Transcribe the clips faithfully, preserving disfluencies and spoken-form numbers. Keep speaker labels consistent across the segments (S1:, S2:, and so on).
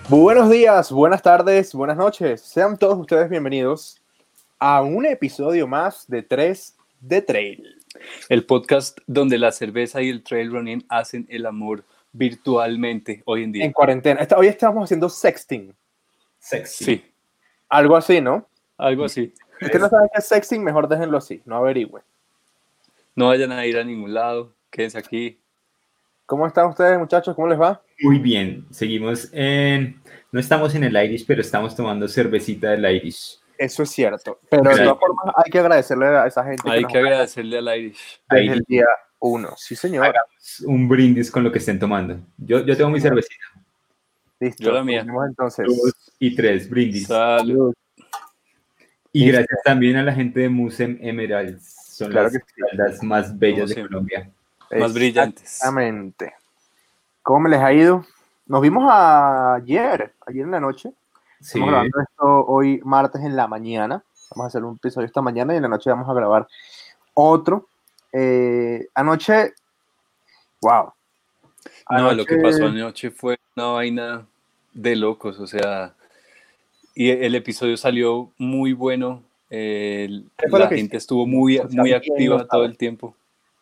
S1: Buenos días, buenas tardes, buenas noches. Sean todos ustedes bienvenidos a un episodio más de tres de Trail.
S2: El podcast donde la cerveza y el trail running hacen el amor virtualmente hoy en día.
S1: En cuarentena. Esta- hoy estamos haciendo sexting.
S2: Sexting. Sí.
S1: Algo así, ¿no?
S2: Algo así.
S1: Si usted no sabe qué es sexting, mejor déjenlo así, no averigüen.
S2: No vayan a ir a ningún lado, quédense aquí.
S1: ¿Cómo están ustedes, muchachos? ¿Cómo les va?
S3: Muy bien, seguimos en... No estamos en el Irish, pero estamos tomando cervecita del Irish.
S1: Eso es cierto, pero de todas formas hay que agradecerle a esa gente.
S2: Hay
S1: que,
S2: que agradecerle al Irish.
S1: Desde el día uno, sí señor.
S3: Hagamos un brindis con lo que estén tomando. Yo, yo tengo mi cervecita.
S1: Listo,
S2: yo la mía.
S1: Entonces.
S3: Dos y tres, brindis.
S2: Salud.
S3: Y
S1: Listo.
S3: gracias también a la gente de Musem Emeralds. Son
S1: Claro
S3: las,
S1: que sí.
S3: las más bellas de
S2: siempre.
S3: Colombia.
S2: Más brillantes.
S1: Exactamente. ¿Cómo me les ha ido? Nos vimos ayer, ayer en la noche.
S3: Sí.
S1: Estamos grabando esto hoy martes en la mañana. Vamos a hacer un episodio esta mañana y en la noche vamos a grabar otro. Eh, anoche, wow.
S2: No,
S1: Anoche,
S2: lo que pasó anoche fue una vaina de locos, o sea, y el episodio salió muy bueno. Eh, la gente
S1: hiciste?
S2: estuvo muy,
S1: O sea,
S2: muy
S1: ¿quién
S2: activa
S1: no
S2: todo
S1: sabe?
S2: el tiempo.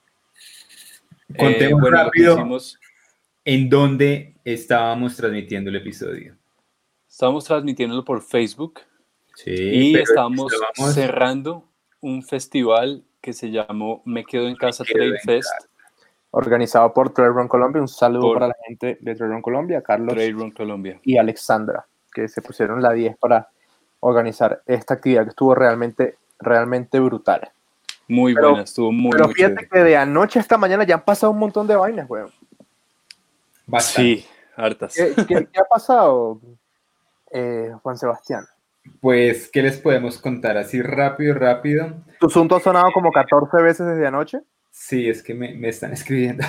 S3: Contemos
S2: Eh, bueno,
S3: rápido
S2: lo que hicimos,
S3: en dónde estábamos transmitiendo el episodio.
S2: estábamos transmitiéndolo por Facebook.
S3: Sí,
S2: y
S3: pero
S2: estábamos
S3: estábamos...
S2: cerrando un festival que se llamó Me Quedo en Casa
S3: Quedo
S2: Trail
S3: en
S2: Fest
S1: Organizado por Trail Run Colombia. Un saludo
S2: por
S1: para la gente de Trail Run Colombia, Carlos
S2: Trail Run Colombia.
S1: y Alexandra, que se pusieron la diez para organizar esta actividad que estuvo realmente, realmente brutal.
S2: Muy
S1: Pero-
S2: buena, estuvo muy,
S1: Pero
S2: muy
S1: fíjate
S2: chévere.
S1: que de anoche a esta mañana ya han pasado un montón de vainas, weón.
S3: Bastante.
S2: Sí, hartas.
S1: ¿Qué, qué- qué ha pasado, eh, Juan Sebastián?
S3: Pues, ¿qué les podemos contar? Así rápido, rápido.
S1: ¿Tu asunto ha sonado como catorce veces desde anoche?
S3: Sí, es que me, me están escribiendo.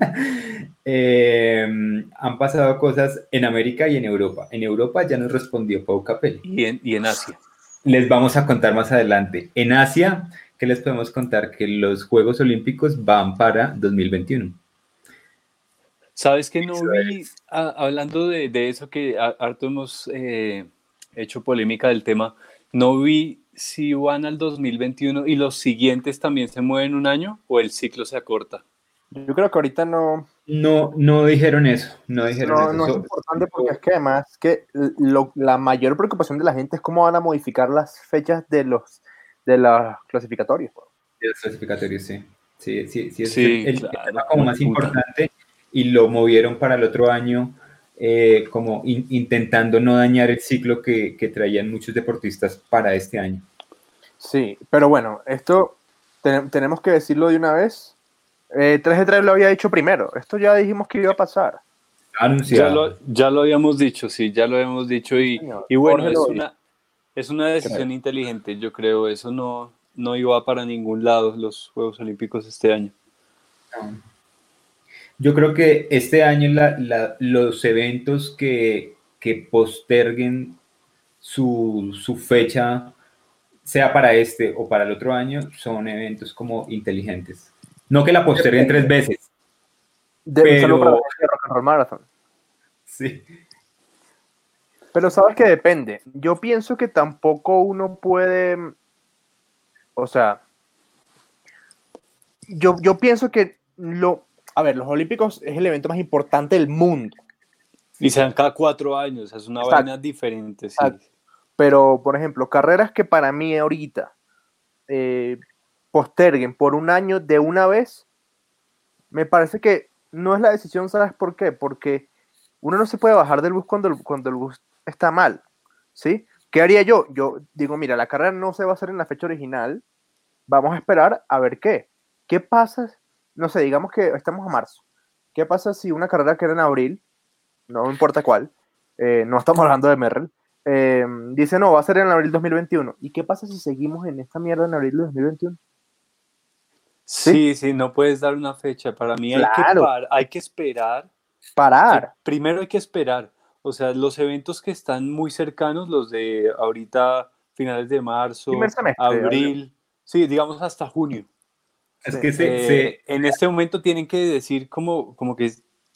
S3: eh, han pasado cosas en América y en Europa. En Europa ya nos respondió Pau Capelli.
S2: Y en, y en Asia.
S3: Les vamos a contar más adelante. En Asia, ¿qué les podemos contar? Que los Juegos Olímpicos van para dos mil veintiuno.
S2: ¿Sabes que no vi, a, hablando de, de eso que a, harto hemos eh, hecho polémica del tema, no vi si van al dos mil veintiuno y los siguientes también se mueven un año o el ciclo se acorta?
S1: Yo creo que ahorita no,
S3: No, no dijeron eso. No dijeron
S1: no,
S3: eso.
S1: no es
S3: So-
S1: importante porque es que además que lo- la mayor preocupación de la gente es cómo van a modificar las fechas de los de los clasificatorios. weón.
S3: De los clasificatorios, sí. Sí, sí, sí, ese
S2: Sí,
S3: es el, el
S2: claro,
S3: tema como más
S2: puta.
S3: importante y lo movieron para el otro año, eh, como in- intentando no dañar el ciclo que, que traían muchos deportistas para este año.
S1: Sí, pero bueno, esto ten- tenemos que decirlo de una vez. Eh, tres de tres lo había dicho primero. Esto ya dijimos que iba a pasar.
S2: Ya
S3: Anunciado.
S2: lo, ya lo habíamos dicho, sí, ya lo habíamos dicho y,
S1: Señor,
S2: y bueno,
S1: Jorge
S2: es
S1: lo dijo.
S2: una, es una decisión
S1: Creo.
S2: inteligente, yo creo, eso no, no iba para ningún lado los Juegos Olímpicos este año.
S3: Yo creo que este año la- la- los eventos que, que posterguen su, su fecha, sea para este o para el otro año, son eventos como inteligentes. No que la posterguen tres veces.
S1: De, un
S3: Pero-
S1: saludo para la gente de Rock and Roll Marathon.
S3: Sí.
S1: Pero sabes que depende. Yo pienso que tampoco uno puede, o sea, yo, yo pienso que lo, a ver, los Olímpicos es el evento más importante del mundo.
S2: Y se dan cada cuatro años, es una
S1: Exacto.
S2: vaina diferente, sí.
S1: Exacto. Pero, por ejemplo, carreras que para mí ahorita eh, posterguen por un año de una vez, me parece que no es la decisión, ¿sabes por qué? Porque uno no se puede bajar del bus cuando el, cuando el bus está mal, ¿sí? ¿Qué haría yo? Yo digo, mira, la carrera no se va a hacer en la fecha original, vamos a esperar a ver qué. ¿Qué pasa? No sé, digamos que estamos a marzo. ¿Qué pasa si una carrera que era en abril, no importa cuál, eh, no estamos hablando de Merrell, eh, dice, no, va a ser en abril dos mil veintiuno? ¿Y qué pasa si seguimos en esta mierda en abril de dos mil veintiuno?
S2: Sí, sí, no puedes dar una fecha. Para mí hay, que,
S1: Claro.
S2: par- hay que esperar.
S1: Parar.
S2: Primero hay que esperar. O sea, los eventos que están muy cercanos, los de ahorita, finales de marzo,
S1: Primer semestre,
S2: abril, sí, digamos hasta junio.
S3: Es
S1: Sí.
S3: que se,
S2: Eh,
S3: se-
S2: en este momento tienen que decir como, como que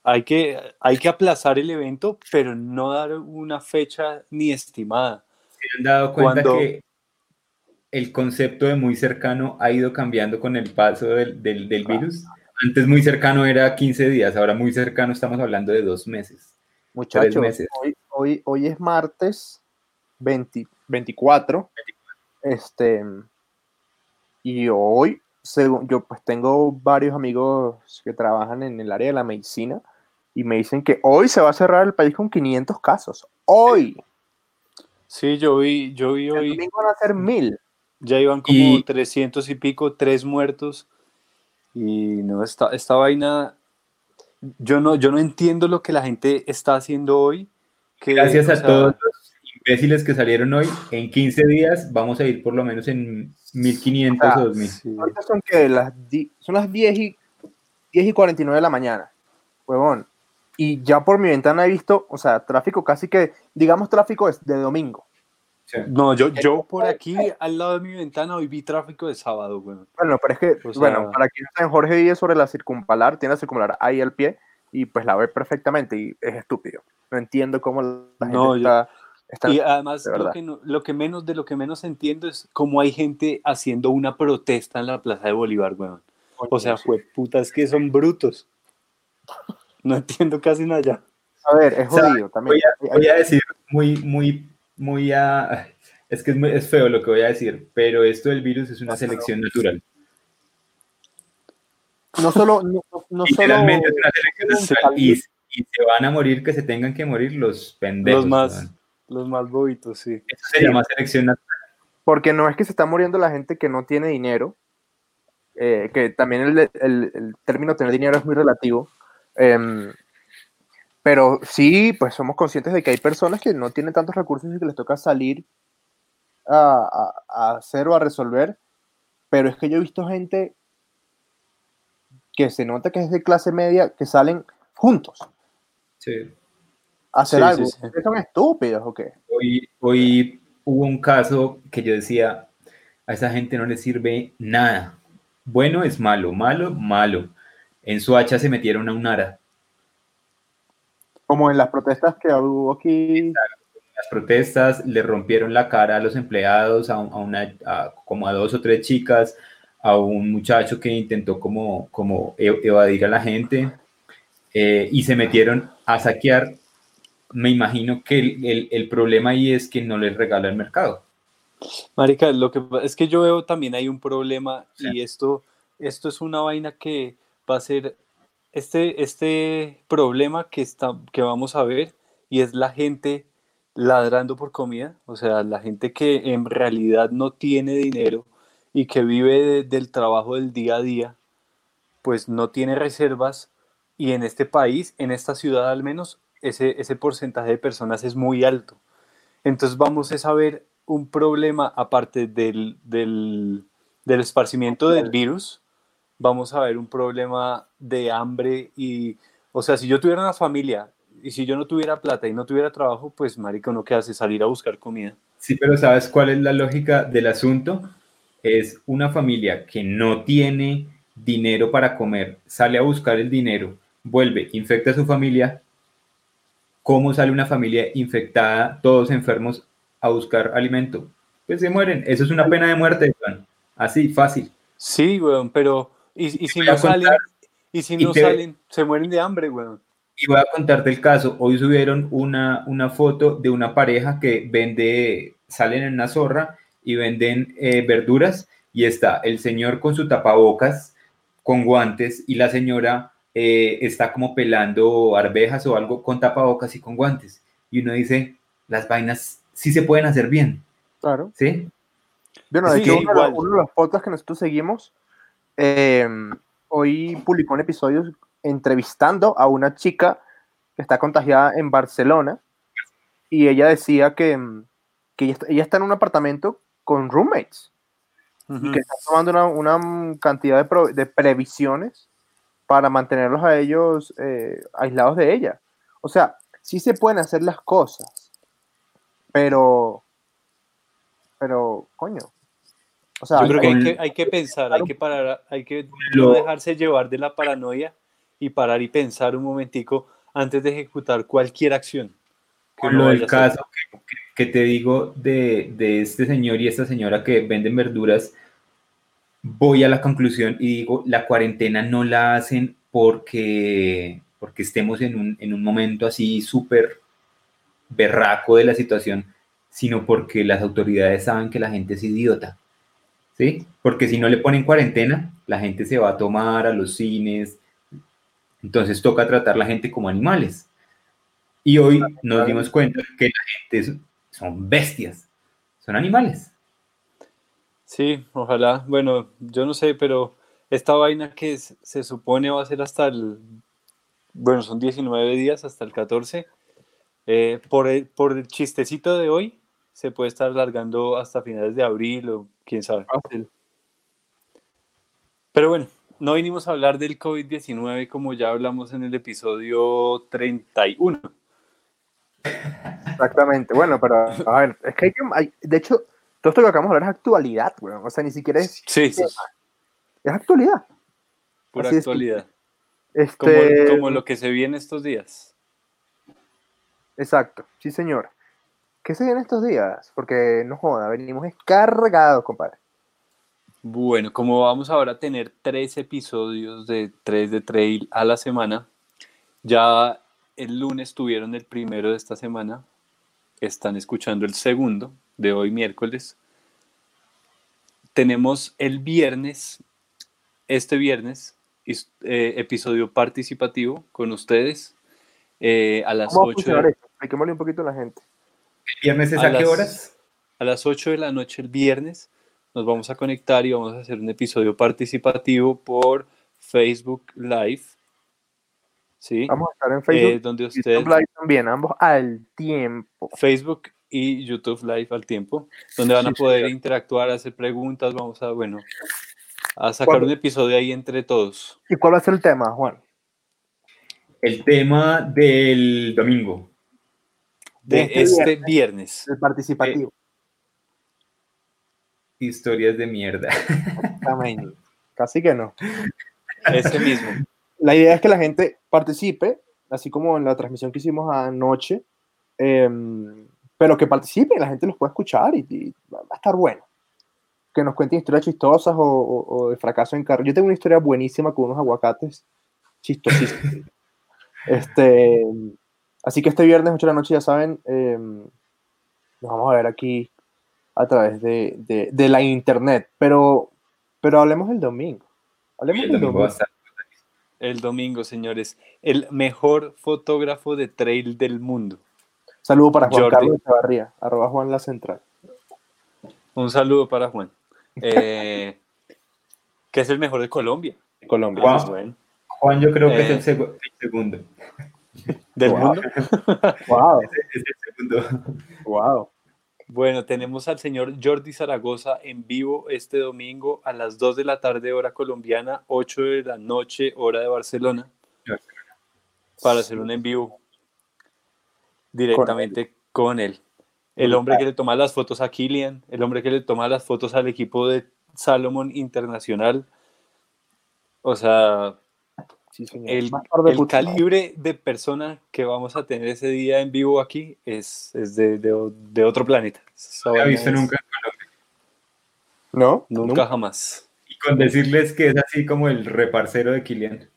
S2: hay que, hay que aplazar el evento, pero no dar una fecha ni estimada.
S3: ¿Se han dado cuenta
S2: Cuando,
S3: que el concepto de muy cercano ha ido cambiando con el paso del, del, del virus? Antes muy cercano era quince días, ahora muy cercano estamos hablando de dos meses, tres
S1: Muchachos,
S3: meses.
S1: hoy, hoy, hoy es martes veinte, veinticuatro, este, y hoy, según, yo pues tengo varios amigos que trabajan en el área de la medicina y me dicen que hoy se va a cerrar el país con quinientos casos. Hoy.
S2: sí, yo vi, yo vi
S1: El
S2: hoy,
S1: domingo van a ser mil.
S2: ya iban como
S3: Y
S2: trescientos y pico, tres muertos, y no, esta, esta vaina, yo no, yo no entiendo lo que la gente está haciendo hoy, que,
S3: gracias
S2: o
S3: a todos
S2: sea,
S3: los imbéciles que salieron hoy, en quince días vamos a ir por lo menos en mil
S1: O
S3: quinientos
S1: sea,
S3: o dos mil.
S2: sí.
S1: ahorita son que las, di- son las diez y, diez y cuarenta y nueve de la mañana, huevón. Y ya por mi ventana he visto, o sea, tráfico casi que, digamos, tráfico es de domingo.
S3: Sí.
S2: No, yo, yo por aquí, al lado de mi ventana, hoy vi tráfico de sábado, güey.
S1: Bueno, pero es que,
S2: O
S1: bueno,
S2: sea,
S1: para quien está en Jorge vive sobre la circunvalar, tiene la circunvalar ahí al pie y pues la ve perfectamente y es estúpido. No entiendo cómo la gente
S2: no, yo-
S1: está, está
S2: y además
S1: de
S2: lo
S1: verdad.
S2: que, no- lo que menos, de lo que menos entiendo es cómo hay gente haciendo una protesta en la Plaza de Bolívar, güey. O sea,
S1: Coño, sí.
S2: fue puta, es que son brutos. No entiendo casi nada ya.
S1: A ver, es
S3: ¿Sabes?
S1: jodido también.
S3: Voy a,
S1: Hay- hay-
S3: voy a decir muy, muy, muy a... Es que es, muy- es feo lo que voy a decir, pero esto del virus es una selección natural.
S1: no solo, no, no solo,
S3: Literalmente es una selección
S1: no solo
S3: natural y,
S1: salir,
S3: y se van a morir que se tengan que morir los
S2: Los
S3: pendejos,
S2: más,
S3: weón.
S2: los más bobitos, sí.
S3: Eso se
S1: sí,
S3: llama selección natural.
S1: porque no es que se está muriendo la gente que no tiene dinero, eh, que también el, el, el, término tener dinero es muy relativo, eh, pero sí, pues somos conscientes de que hay personas que no tienen tantos recursos y que les toca salir a, a, a hacer o a resolver, pero es que yo he visto gente que se nota que es de clase media que salen juntos
S3: Sí.
S1: a hacer
S2: Sí, sí,
S1: algo.
S2: sí.
S1: ¿Son estúpidos o qué?
S3: Hoy, hoy hubo un caso que yo decía, a esa gente no le sirve nada. Bueno es malo, malo, malo. En Soacha se metieron a un ara.
S1: Como en las protestas que hubo aquí.
S3: Las protestas le rompieron la cara a los empleados, a, un- a una, a- como a dos o tres chicas, a un muchacho que intentó como, como e- evadir a la gente, eh, y se metieron a saquear. Me imagino que el, el- el problema ahí es que no les regala el mercado.
S2: Marica, lo que pa- es que yo veo también hay un problema
S3: Sí.
S2: y esto, esto es una vaina que va a ser este, este problema que, está, que vamos a ver y es la gente ladrando por comida, o sea, la gente que en realidad no tiene dinero y que vive de- del trabajo del día a día, pues no tiene reservas y en este país, en esta ciudad al menos, ese, ese porcentaje de personas es muy alto. Entonces vamos a ver un problema aparte del, del, del esparcimiento del virus, vamos a ver un problema de hambre y, o sea, si yo tuviera una familia y si yo no tuviera plata y no tuviera trabajo, pues marica, ¿uno qué hace? Salir a buscar comida.
S3: Sí, pero ¿sabes cuál es la lógica del asunto? Es una familia que no tiene dinero para comer, sale a buscar el dinero, vuelve, infecta a su familia. ¿Cómo sale una familia infectada, todos enfermos, a buscar alimento? Pues se mueren. Eso es una pena de muerte, Juan. Así, fácil.
S2: Sí, weón, pero ¿y, y si
S3: Voy
S2: no
S3: a contar,
S2: salen? ¿Y si
S3: y,
S2: no
S3: te,
S2: salen? Se mueren de hambre, weón.
S3: y voy a contarte el caso. Hoy subieron una, una foto de una pareja que vende, salen en una zorra y venden eh, verduras, y está el señor con su tapabocas, con guantes, y la señora eh, está como pelando arvejas o algo con tapabocas y con guantes. Y uno dice, las vainas sí se pueden hacer bien,
S1: Claro.
S3: ¿sí?
S1: Bueno,
S2: Es
S1: de
S2: que
S1: hecho, uno, de los-
S2: igual,
S1: uno de los podcasts que nosotros seguimos, eh, hoy publicó un episodio entrevistando a una chica que está contagiada en Barcelona y ella decía que, mm, que ella, está, ella está en un apartamento con roommates y que
S2: uh-huh.
S1: está tomando una, una mm, cantidad de, pro, de previsiones para mantenerlos a ellos eh, aislados de ella. O sea, sí se pueden hacer las cosas, pero, pero, coño. O sea,
S2: Yo
S1: hay,
S2: creo que
S1: hay,
S2: hay
S3: Con
S2: que, hay que pensar, hay que parar, hay que no
S3: lo,
S2: dejarse llevar de la paranoia y parar y pensar un momentico antes de ejecutar cualquier acción.
S3: Con lo del caso que, que te digo de, de este señor y esta señora que venden verduras, voy a la conclusión y digo, la cuarentena no la hacen porque, porque estemos en un, en un momento así súper berraco de la situación, sino porque las autoridades saben que la gente es idiota, ¿sí? Porque si no le ponen cuarentena, la gente se va a tomar a los cines, entonces toca tratar a la gente como animales. Y hoy nos dimos cuenta que la gente son bestias, son animales.
S2: Sí, ojalá. Bueno, yo no sé, pero esta vaina que es- se supone va a ser hasta el, bueno, son diecinueve días hasta el catorce. Eh, por el, por el chistecito de hoy, se puede estar alargando hasta finales de abril o quién sabe.
S1: Fácil.
S2: Pero bueno, no vinimos a hablar del COVID diecinueve como ya hablamos en el episodio treinta y uno.
S1: Exactamente. Bueno, pero a ver, es que hay que. Hay, de hecho, todo esto que acabamos de hablar es actualidad, weón. O sea, ni siquiera es.
S2: Sí, sí,
S1: Es actualidad.
S2: pura
S1: Así es.
S2: actualidad.
S1: Este,
S2: Como, como lo que se viene estos días.
S1: Exacto, sí, señor. ¿Qué se viene estos días? Porque no joda, venimos descargados, compadre.
S2: Bueno, como vamos ahora a tener tres episodios de tres de Trail a la semana, ya el lunes tuvieron el primero de esta semana, están escuchando el segundo de hoy miércoles. Tenemos el viernes, este viernes, is- eh, episodio participativo con ustedes eh, a las
S1: ¿Cómo va a
S2: ocho
S1: funcionar
S2: de,
S1: esto? Expliquémosle un poquito a la gente.
S3: ¿El viernes es
S2: a
S3: a qué
S2: las,
S3: horas?
S2: a las ocho de la noche el viernes. Nos vamos a conectar y vamos a hacer un episodio participativo por Facebook Live. ¿Sí?
S1: Vamos a estar en
S2: Eh,
S1: Facebook
S2: donde
S1: y
S2: usted,
S1: YouTube Live también, ambos al tiempo.
S2: Facebook y YouTube Live al tiempo, donde van
S1: Sí,
S2: a poder
S1: señor.
S2: interactuar, hacer preguntas, vamos a, bueno, a sacar
S1: ¿Cuándo-
S2: un episodio ahí entre todos.
S1: ¿Y cuál va a ser el tema, Juan?
S3: El tema del domingo.
S1: De
S2: De
S1: este
S2: este
S1: viernes,
S2: viernes.
S1: el participativo.
S3: Historias de mierda.
S1: Amén. Casi que no.
S2: Ese mismo.
S1: La idea es que la gente participe, así como en la transmisión que hicimos anoche, eh, pero que participe, la gente los pueda escuchar y, y va a estar bueno. Que nos cuenten historias chistosas o, o, o de fracaso en carro. Yo tengo una historia buenísima con unos aguacates chistosísimos. este, así que este viernes ocho de la noche, ya saben, eh, nos vamos a ver aquí a través de, de, de la internet. Pero, pero hablemos del domingo. Hablemos
S3: El
S1: del
S3: domingo va a
S1: domingo.
S3: estar.
S2: El domingo, señores. El mejor fotógrafo de trail del mundo.
S1: Saludo para Juan
S2: Jordi.
S1: Carlos Echevarría, arroba Juan La Central.
S2: Un saludo para Juan. Eh, que es el mejor de Colombia.
S1: Colombia.
S3: Juan,
S2: Ah, bueno.
S3: Juan, yo creo que
S2: Eh,
S3: es el, seg- el segundo.
S2: ¿Del
S1: Wow.
S2: mundo?
S1: Wow,
S3: Es el segundo.
S1: wow.
S2: Bueno, tenemos al señor Jordi Zaragoza en vivo este domingo a las dos de la tarde, hora colombiana, ocho de la noche, hora de Barcelona, para hacer un en vivo directamente con él. El hombre que le toma las fotos a Kilian, el hombre que le toma las fotos al equipo de Salomon Internacional. O sea,
S1: Sí, señor.
S2: el,
S1: Más tarde,
S2: el
S1: puto.
S2: calibre de persona que vamos a tener ese día en vivo aquí es, es de, de, de otro planeta. Esa
S3: No había
S2: vaina
S3: visto
S2: es-
S3: nunca en Colombia.
S1: ¿No?
S2: Nunca jamás.
S3: Y con decirles que es así como el reparcero de Kilian.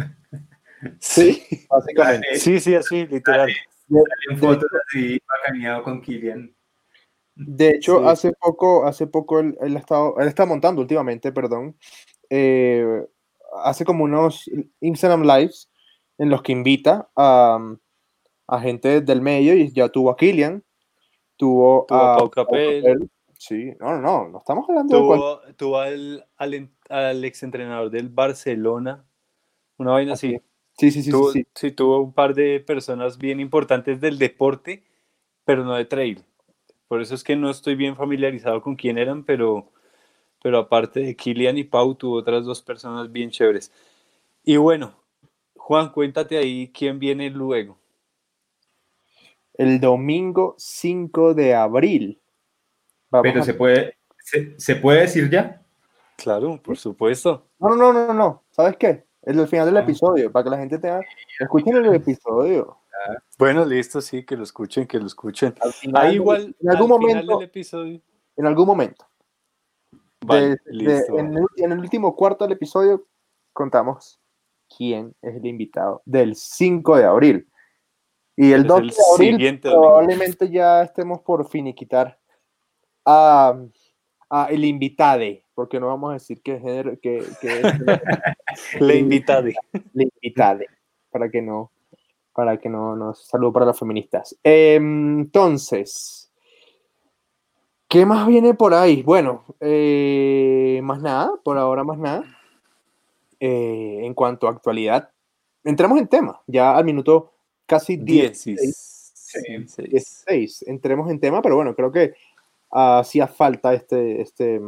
S1: Sí, básicamente.
S3: Sale-
S2: Sí, sí, así, literal.
S1: De,
S3: Salen
S1: de-
S3: fotos así bacaneado con Kilian.
S1: de hecho,
S2: Sí.
S1: hace poco, hace poco él, él, ha estado, él está montando últimamente, perdón, eh, hace como unos Instagram Lives en los que invita a, a gente del medio y ya tuvo a Kilian, tuvo,
S2: Tuvo a
S1: a
S2: Pau Capel.
S1: Capel. Sí, no, no, no, no estamos hablando de cualquier.
S2: Tuvo, tuvo al, al, en- al exentrenador del Barcelona, una vaina así.
S1: Sí, sí, sí,
S2: Tuvo,
S1: sí, sí.
S2: sí, tuvo un par de personas bien importantes del deporte, pero no de trail. Por eso es que no estoy bien familiarizado con quién eran, pero, pero aparte de Kilian y Pau, tuvo otras dos personas bien chéveres. Y bueno, Juan, cuéntate ahí quién viene luego.
S1: El domingo cinco de abril. Vamos
S3: Pero
S1: a-
S3: se puede, se, se puede decir ya.
S2: Claro, por supuesto.
S1: No, no, no, no, no. ¿Sabes qué? El del final del episodio, para que la gente tenga... Escuchen el episodio.
S2: Bueno, listo, sí, que lo escuchen, que lo escuchen.
S1: Al final,
S2: Ahí igual,
S1: en algún
S2: al final
S1: momento,
S2: del episodio.
S1: en algún momento.
S2: Vale,
S1: De- de-
S2: listo.
S1: en, el, en el último cuarto del episodio contamos quién es el invitado del cinco de abril. Y el
S2: Es
S1: doce
S2: el
S1: de abril
S2: siguiente domingo.
S1: probablemente ya estemos por finiquitar a, a el invitade, porque no vamos a decir que, género- que, que es
S2: Le invitade.
S1: el invitade, para que no, para que no nos saludo para las feministas. Eh, entonces, ¿qué más viene por ahí? Bueno, eh, más nada, por ahora más nada. Eh, en cuanto a actualidad, entramos en tema, ya al minuto casi dieciséis, dieciséis, entremos en tema, pero bueno, creo que uh, hacía falta este, este,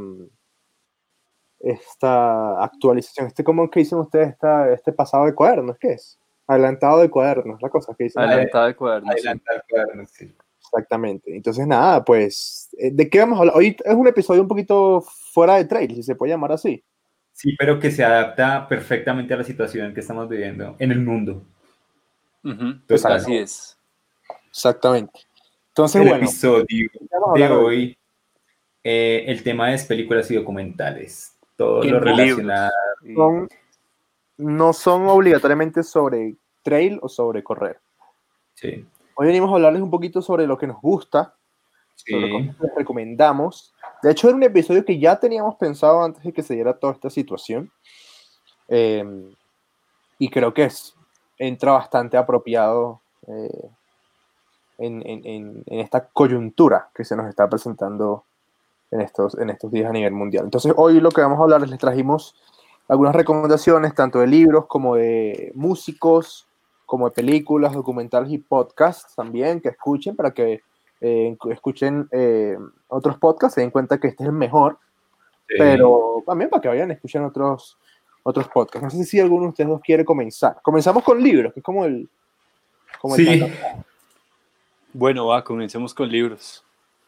S1: esta actualización, este, ¿cómo que dicen ustedes? Esta, este pasado de cuadernos, ¿qué es? Adelantado de cuadernos, la cosa que dicen.
S2: Adelantado de cuadernos.
S3: Adelantado de cuadernos, sí.
S1: Exactamente. Entonces, nada, pues, ¿de qué vamos a hablar? Hoy es un episodio un poquito fuera de trail, si se puede llamar así.
S3: Sí, pero que se adapta perfectamente a la situación que estamos viviendo en el mundo.
S2: Uh-huh.
S3: Pues
S2: así es.
S1: Exactamente. Entonces,
S3: el
S1: bueno.
S3: episodio de hoy, eh, el tema es películas y documentales. Todo lo relacionado.
S1: Son, no son obligatoriamente sobre trail o sobre correr.
S3: Sí.
S1: Hoy venimos a hablarles un poquito sobre lo que nos gusta,
S3: sí.
S1: sobre lo que les recomendamos. De hecho, era un episodio que ya teníamos pensado antes de que se diera toda esta situación. Eh, y creo que es, entra bastante apropiado eh, en, en, en, en esta coyuntura que se nos está presentando en estos, en estos días a nivel mundial. Entonces, hoy lo que vamos a hablar, les trajimos algunas recomendaciones, tanto de libros como de músicos, como de películas, documentales y podcasts también, que escuchen para que eh, escuchen eh, otros podcasts, se den cuenta que este es el mejor, sí. Pero también para que vayan a escuchar otros, otros podcasts. No sé si alguno de ustedes dos quiere comenzar. Comenzamos con libros, que es como el... Como
S3: sí.
S1: el
S2: bueno, va, comencemos con libros.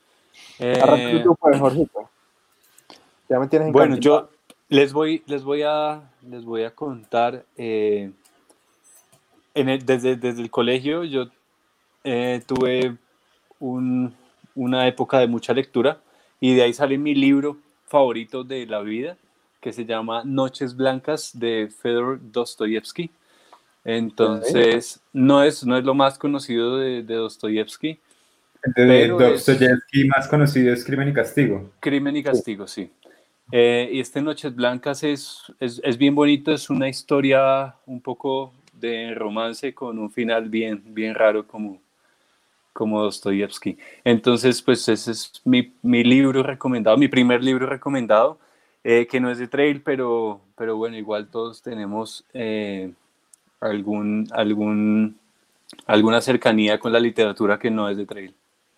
S1: Eh, tú, pues, Jorgito. Ya me tienes
S2: bueno, yo les voy, les voy a, les voy a contar. Eh, en el, desde, desde el colegio yo eh, tuve un, una época de mucha lectura y de ahí sale mi libro favorito de la vida, que se llama Noches Blancas de Fedor Dostoyevsky. Entonces, no es, no es lo más conocido de, de Dostoyevsky.
S3: De Dostoyevsky más conocido es Crimen y Castigo.
S2: Crimen y Castigo, sí. sí. Eh, y este Noches Blancas es, es, es bien bonito, es una historia un poco de romance con un final bien, bien raro como, como Dostoyevsky. Entonces, pues ese es mi, mi libro recomendado, mi primer libro recomendado, eh, que no es de trail, pero, pero bueno, igual todos tenemos eh, algún, algún, alguna cercanía con la literatura que no es de trail.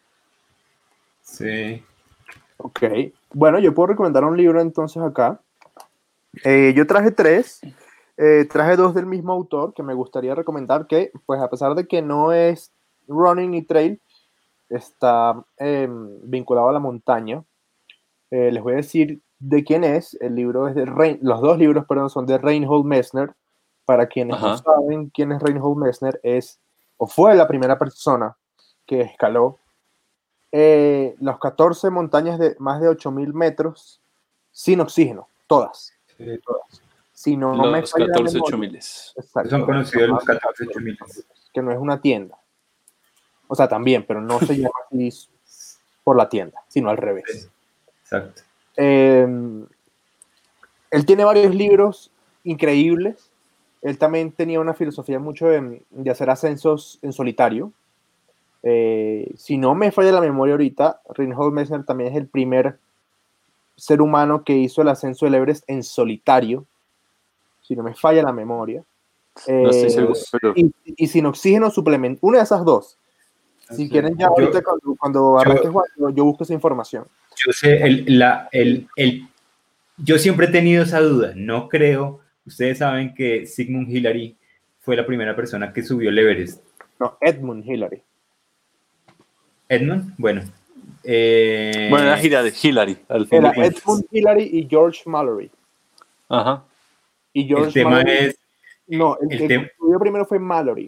S3: Sí.
S1: Ok. Bueno, yo puedo recomendar un libro entonces acá. Eh, yo traje tres. Eh, traje dos del mismo autor que me gustaría recomendar que, pues a pesar de que no es running ni trail, está eh, vinculado a la montaña. Eh, les voy a decir de quién es. El libro es de Rein, los dos libros, perdón, son de Reinhold Messner. Para quienes Ajá. no saben quién es Reinhold Messner, es o fue la primera persona que escaló eh, las catorce montañas de más de ocho mil metros sin oxígeno, todas.
S3: Sí.
S1: todas. Si no,
S2: los
S1: me falla
S2: catorce ocho miles.
S3: Son conocidos los catorce ocho miles.
S1: Que no es una tienda. O sea, también, pero no se llama así por la tienda, sino al revés.
S3: Sí. Exacto.
S1: Eh, él tiene varios libros increíbles. Él también tenía una filosofía mucho de, de hacer ascensos en solitario. Eh, si no me falla la memoria ahorita, Reinhold Messner también es el primer ser humano que hizo el ascenso del Everest en solitario. Si no me falla la memoria. Eh,
S2: no estoy seguro, pero...
S1: y, y sin oxígeno suplemento. Una de esas dos. Si sí. quieren ya ahorita yo, cuando, cuando arranques yo, Juan, yo busco esa información.
S3: Yo sé, el, la, el, el, yo siempre he tenido esa duda. No creo, ustedes saben que Sigmund Hillary fue la primera persona que subió el Everest.
S1: No, Edmund Hillary.
S3: Edmund, bueno. Eh,
S2: bueno, era Hillary. Hillary
S1: al fin era Edmund Hillary y George Mallory.
S2: Ajá.
S1: Y George
S3: el tema
S1: Mallory
S3: es,
S1: No, el,
S3: El
S1: el
S3: tema-
S1: que estudió primero fue Mallory.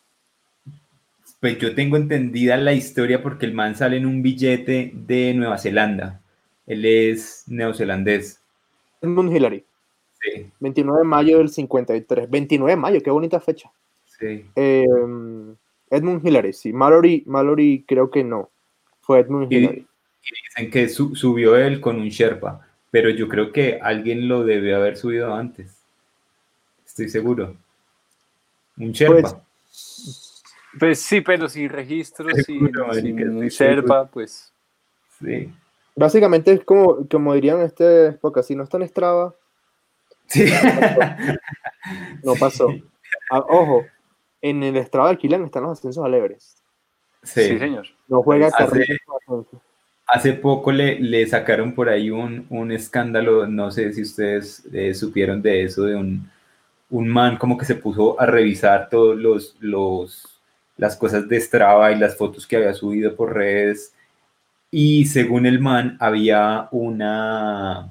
S3: Pues yo tengo entendida la historia porque el man sale en un billete de Nueva Zelanda. Él es neozelandés.
S1: Edmund Hillary.
S3: Sí,
S1: veintinueve de mayo del cincuenta y tres. veintinueve de mayo, qué bonita fecha.
S3: sí.
S1: Eh, Edmund Hillary, sí. Mallory, Mallory creo que no. Fue Edmund
S3: Y,
S1: Hillary.
S3: y dicen que su- subió él con un Sherpa, pero yo creo que alguien lo debe haber subido antes. Estoy seguro. Un
S1: Pues,
S3: Sherpa.
S2: Pues sí, pero sin registro,
S3: Estoy seguro,
S2: sin,
S3: marica,
S2: sin un
S3: estoy seguro.
S2: Sherpa, pues
S3: Sí.
S1: básicamente es como, como dirían en esta época, si no está en Strava,
S3: Sí.
S1: no pasó.
S3: Sí.
S1: Ah, ojo, en el Strava alquilan están los ascensos al Everest.
S2: sí,
S3: Sí.
S2: señor.
S1: No
S2: Ahí
S1: juega
S2: está.
S3: Hace,
S1: carritos con ascensos.
S3: hace poco le, le sacaron por ahí un, un escándalo, no sé si ustedes eh, supieron de eso, de un, un man como que se puso a revisar todos los, los las cosas de Strava y las fotos que había subido por redes y según el man había una,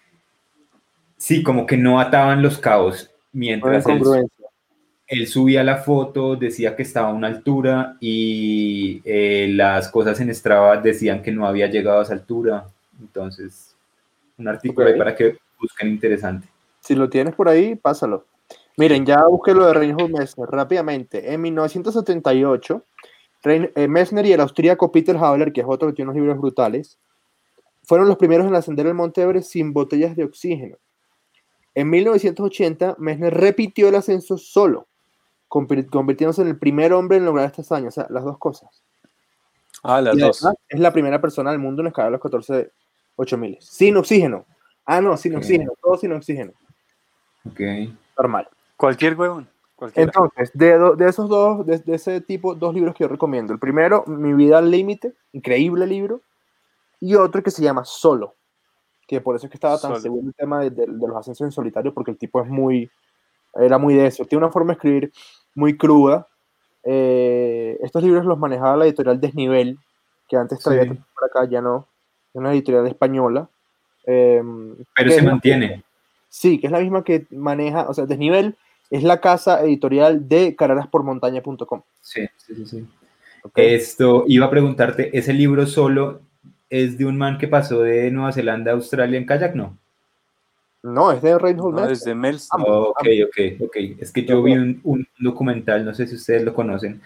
S3: sí, como que no ataban los cabos
S1: Una
S3: mientras él,
S1: incongruencia.
S3: él subía la foto, decía que estaba a una altura y eh, las cosas en Strava decían que no había llegado a esa altura, entonces un artículo ahí
S1: Ok.
S3: para que busquen interesante.
S1: Si lo tienes por ahí, pásalo. Miren,
S3: Sí.
S1: ya busqué lo de Reinhold Messner rápidamente. En mil novecientos setenta y ocho, Rein- eh, Messner y el austríaco Peter Hawler, que es otro que tiene unos libros brutales, fueron los primeros en ascender el Monte Everest sin botellas de oxígeno. En mil novecientos ochenta, Messner repitió el ascenso solo, convir- convirtiéndose en el primer hombre en lograr esta hazaña. O sea, las dos cosas.
S2: Ah, las
S1: Y además
S2: dos.
S1: es la primera persona del mundo en escalar los catorce ocho mil. Sin oxígeno. Ah, no, sin
S3: Ok.
S1: oxígeno. Todo sin oxígeno.
S3: Ok.
S1: Normal.
S2: Cualquier huevón, cualquiera.
S1: Entonces, de, do- de esos dos, de, de ese tipo, dos libros que yo recomiendo. El primero, Mi vida al límite, increíble libro. Y otro que se llama Solo, que por eso es que estaba tan
S2: Solo.
S1: seguro el tema de, de- de los ascensos en solitario, porque el tipo es muy, era muy de eso. Tiene una forma de escribir muy cruda. Eh, estos libros los manejaba la editorial Desnivel, que antes traía
S3: Sí.
S1: por acá, ya no, es una editorial española. eh,
S3: Pero
S1: que
S3: se
S1: es la-
S3: mantiene.
S1: sí, que es la misma que maneja, o sea, Desnivel es la casa editorial de carreras por montaña punto com.
S3: Sí, sí, sí, sí.
S1: ¿Ok?
S3: Esto, iba a preguntarte, ¿ese libro solo es de un man que pasó de Nueva Zelanda a Australia en kayak? No.
S1: No, es de Reinhold
S2: No,
S1: Messner.
S2: desde Melsner.
S1: Ambos,
S3: Ok,
S1: ambos,
S3: ok, ok. Es que
S1: los
S3: yo vi
S1: dos.
S3: un, un documental, no sé si ustedes lo conocen,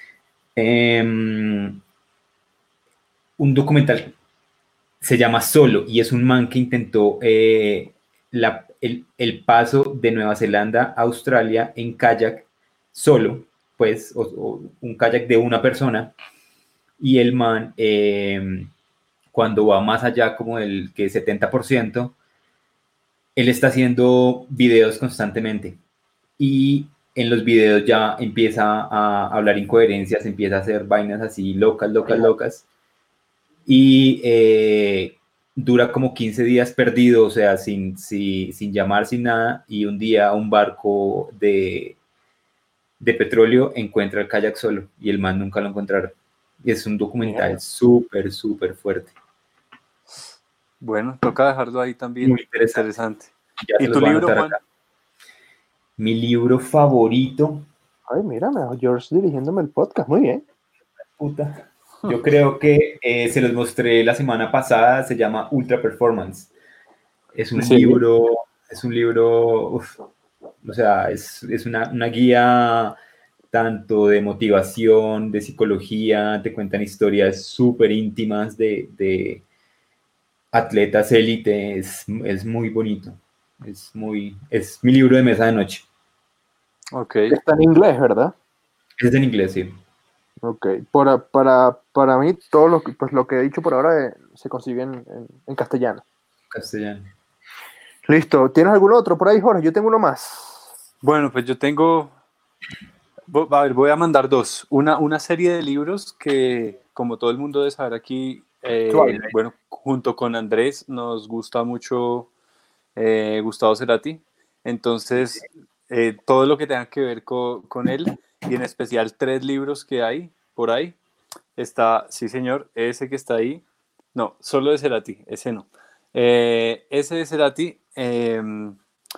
S3: em, un documental se llama Solo y es un man que intentó eh, la- el, el paso de Nueva Zelanda a Australia en kayak solo, pues, o, o un kayak de una persona y el man, eh, cuando va más allá como del que setenta por ciento, él está haciendo videos constantemente y en los videos ya empieza a hablar incoherencias, empieza a hacer vainas así locas, locas, locas y eh, dura como quince días perdido, o sea, sin, sin, sin llamar, sin nada, y un día un barco de, de petróleo encuentra el kayak solo y el man nunca lo encontraron. Y es un documental
S1: Mierda.
S3: súper, súper fuerte.
S2: Bueno, toca dejarlo ahí también.
S3: Muy interesante.
S2: Interesante.
S3: Ya
S2: ¿Y
S3: se los
S2: tu
S3: voy a
S2: libro,
S3: anotar
S2: Juan?
S3: acá. Mi libro favorito,
S1: Ay, mírame, George dirigiéndome el podcast, muy bien.
S3: puta, yo creo que eh, se los mostré la semana pasada, se llama Ultra Performance. Es un
S1: Sí.
S3: libro, es un libro, uf, o sea, es, es una, una guía tanto de motivación, de psicología, te cuentan historias súper íntimas de, de atletas élite, es, es muy bonito, es muy, es mi libro de mesa de noche.
S2: Ok.
S1: Está en inglés, ¿verdad?
S3: Es en inglés, sí.
S1: Ok. Para, para, para mí, todo lo que, pues, lo que he dicho por ahora eh, se consigue en, en- en castellano.
S3: Castellano.
S1: Listo. ¿Tienes algún otro por ahí, Jorge? Yo tengo uno más.
S2: Bueno, pues yo tengo, vo- a ver, voy a mandar dos. Una, una serie de libros que, como todo el mundo debe saber aquí, eh,
S1: Twilight.
S2: bueno, junto con Andrés nos gusta mucho eh, Gustavo Cerati. Entonces, eh, todo lo que tenga que ver co- con él, y en especial tres libros que hay por ahí, está, sí señor, ese que está ahí, no, solo de Cerati, ese no. Eh, ese de Cerati, eh,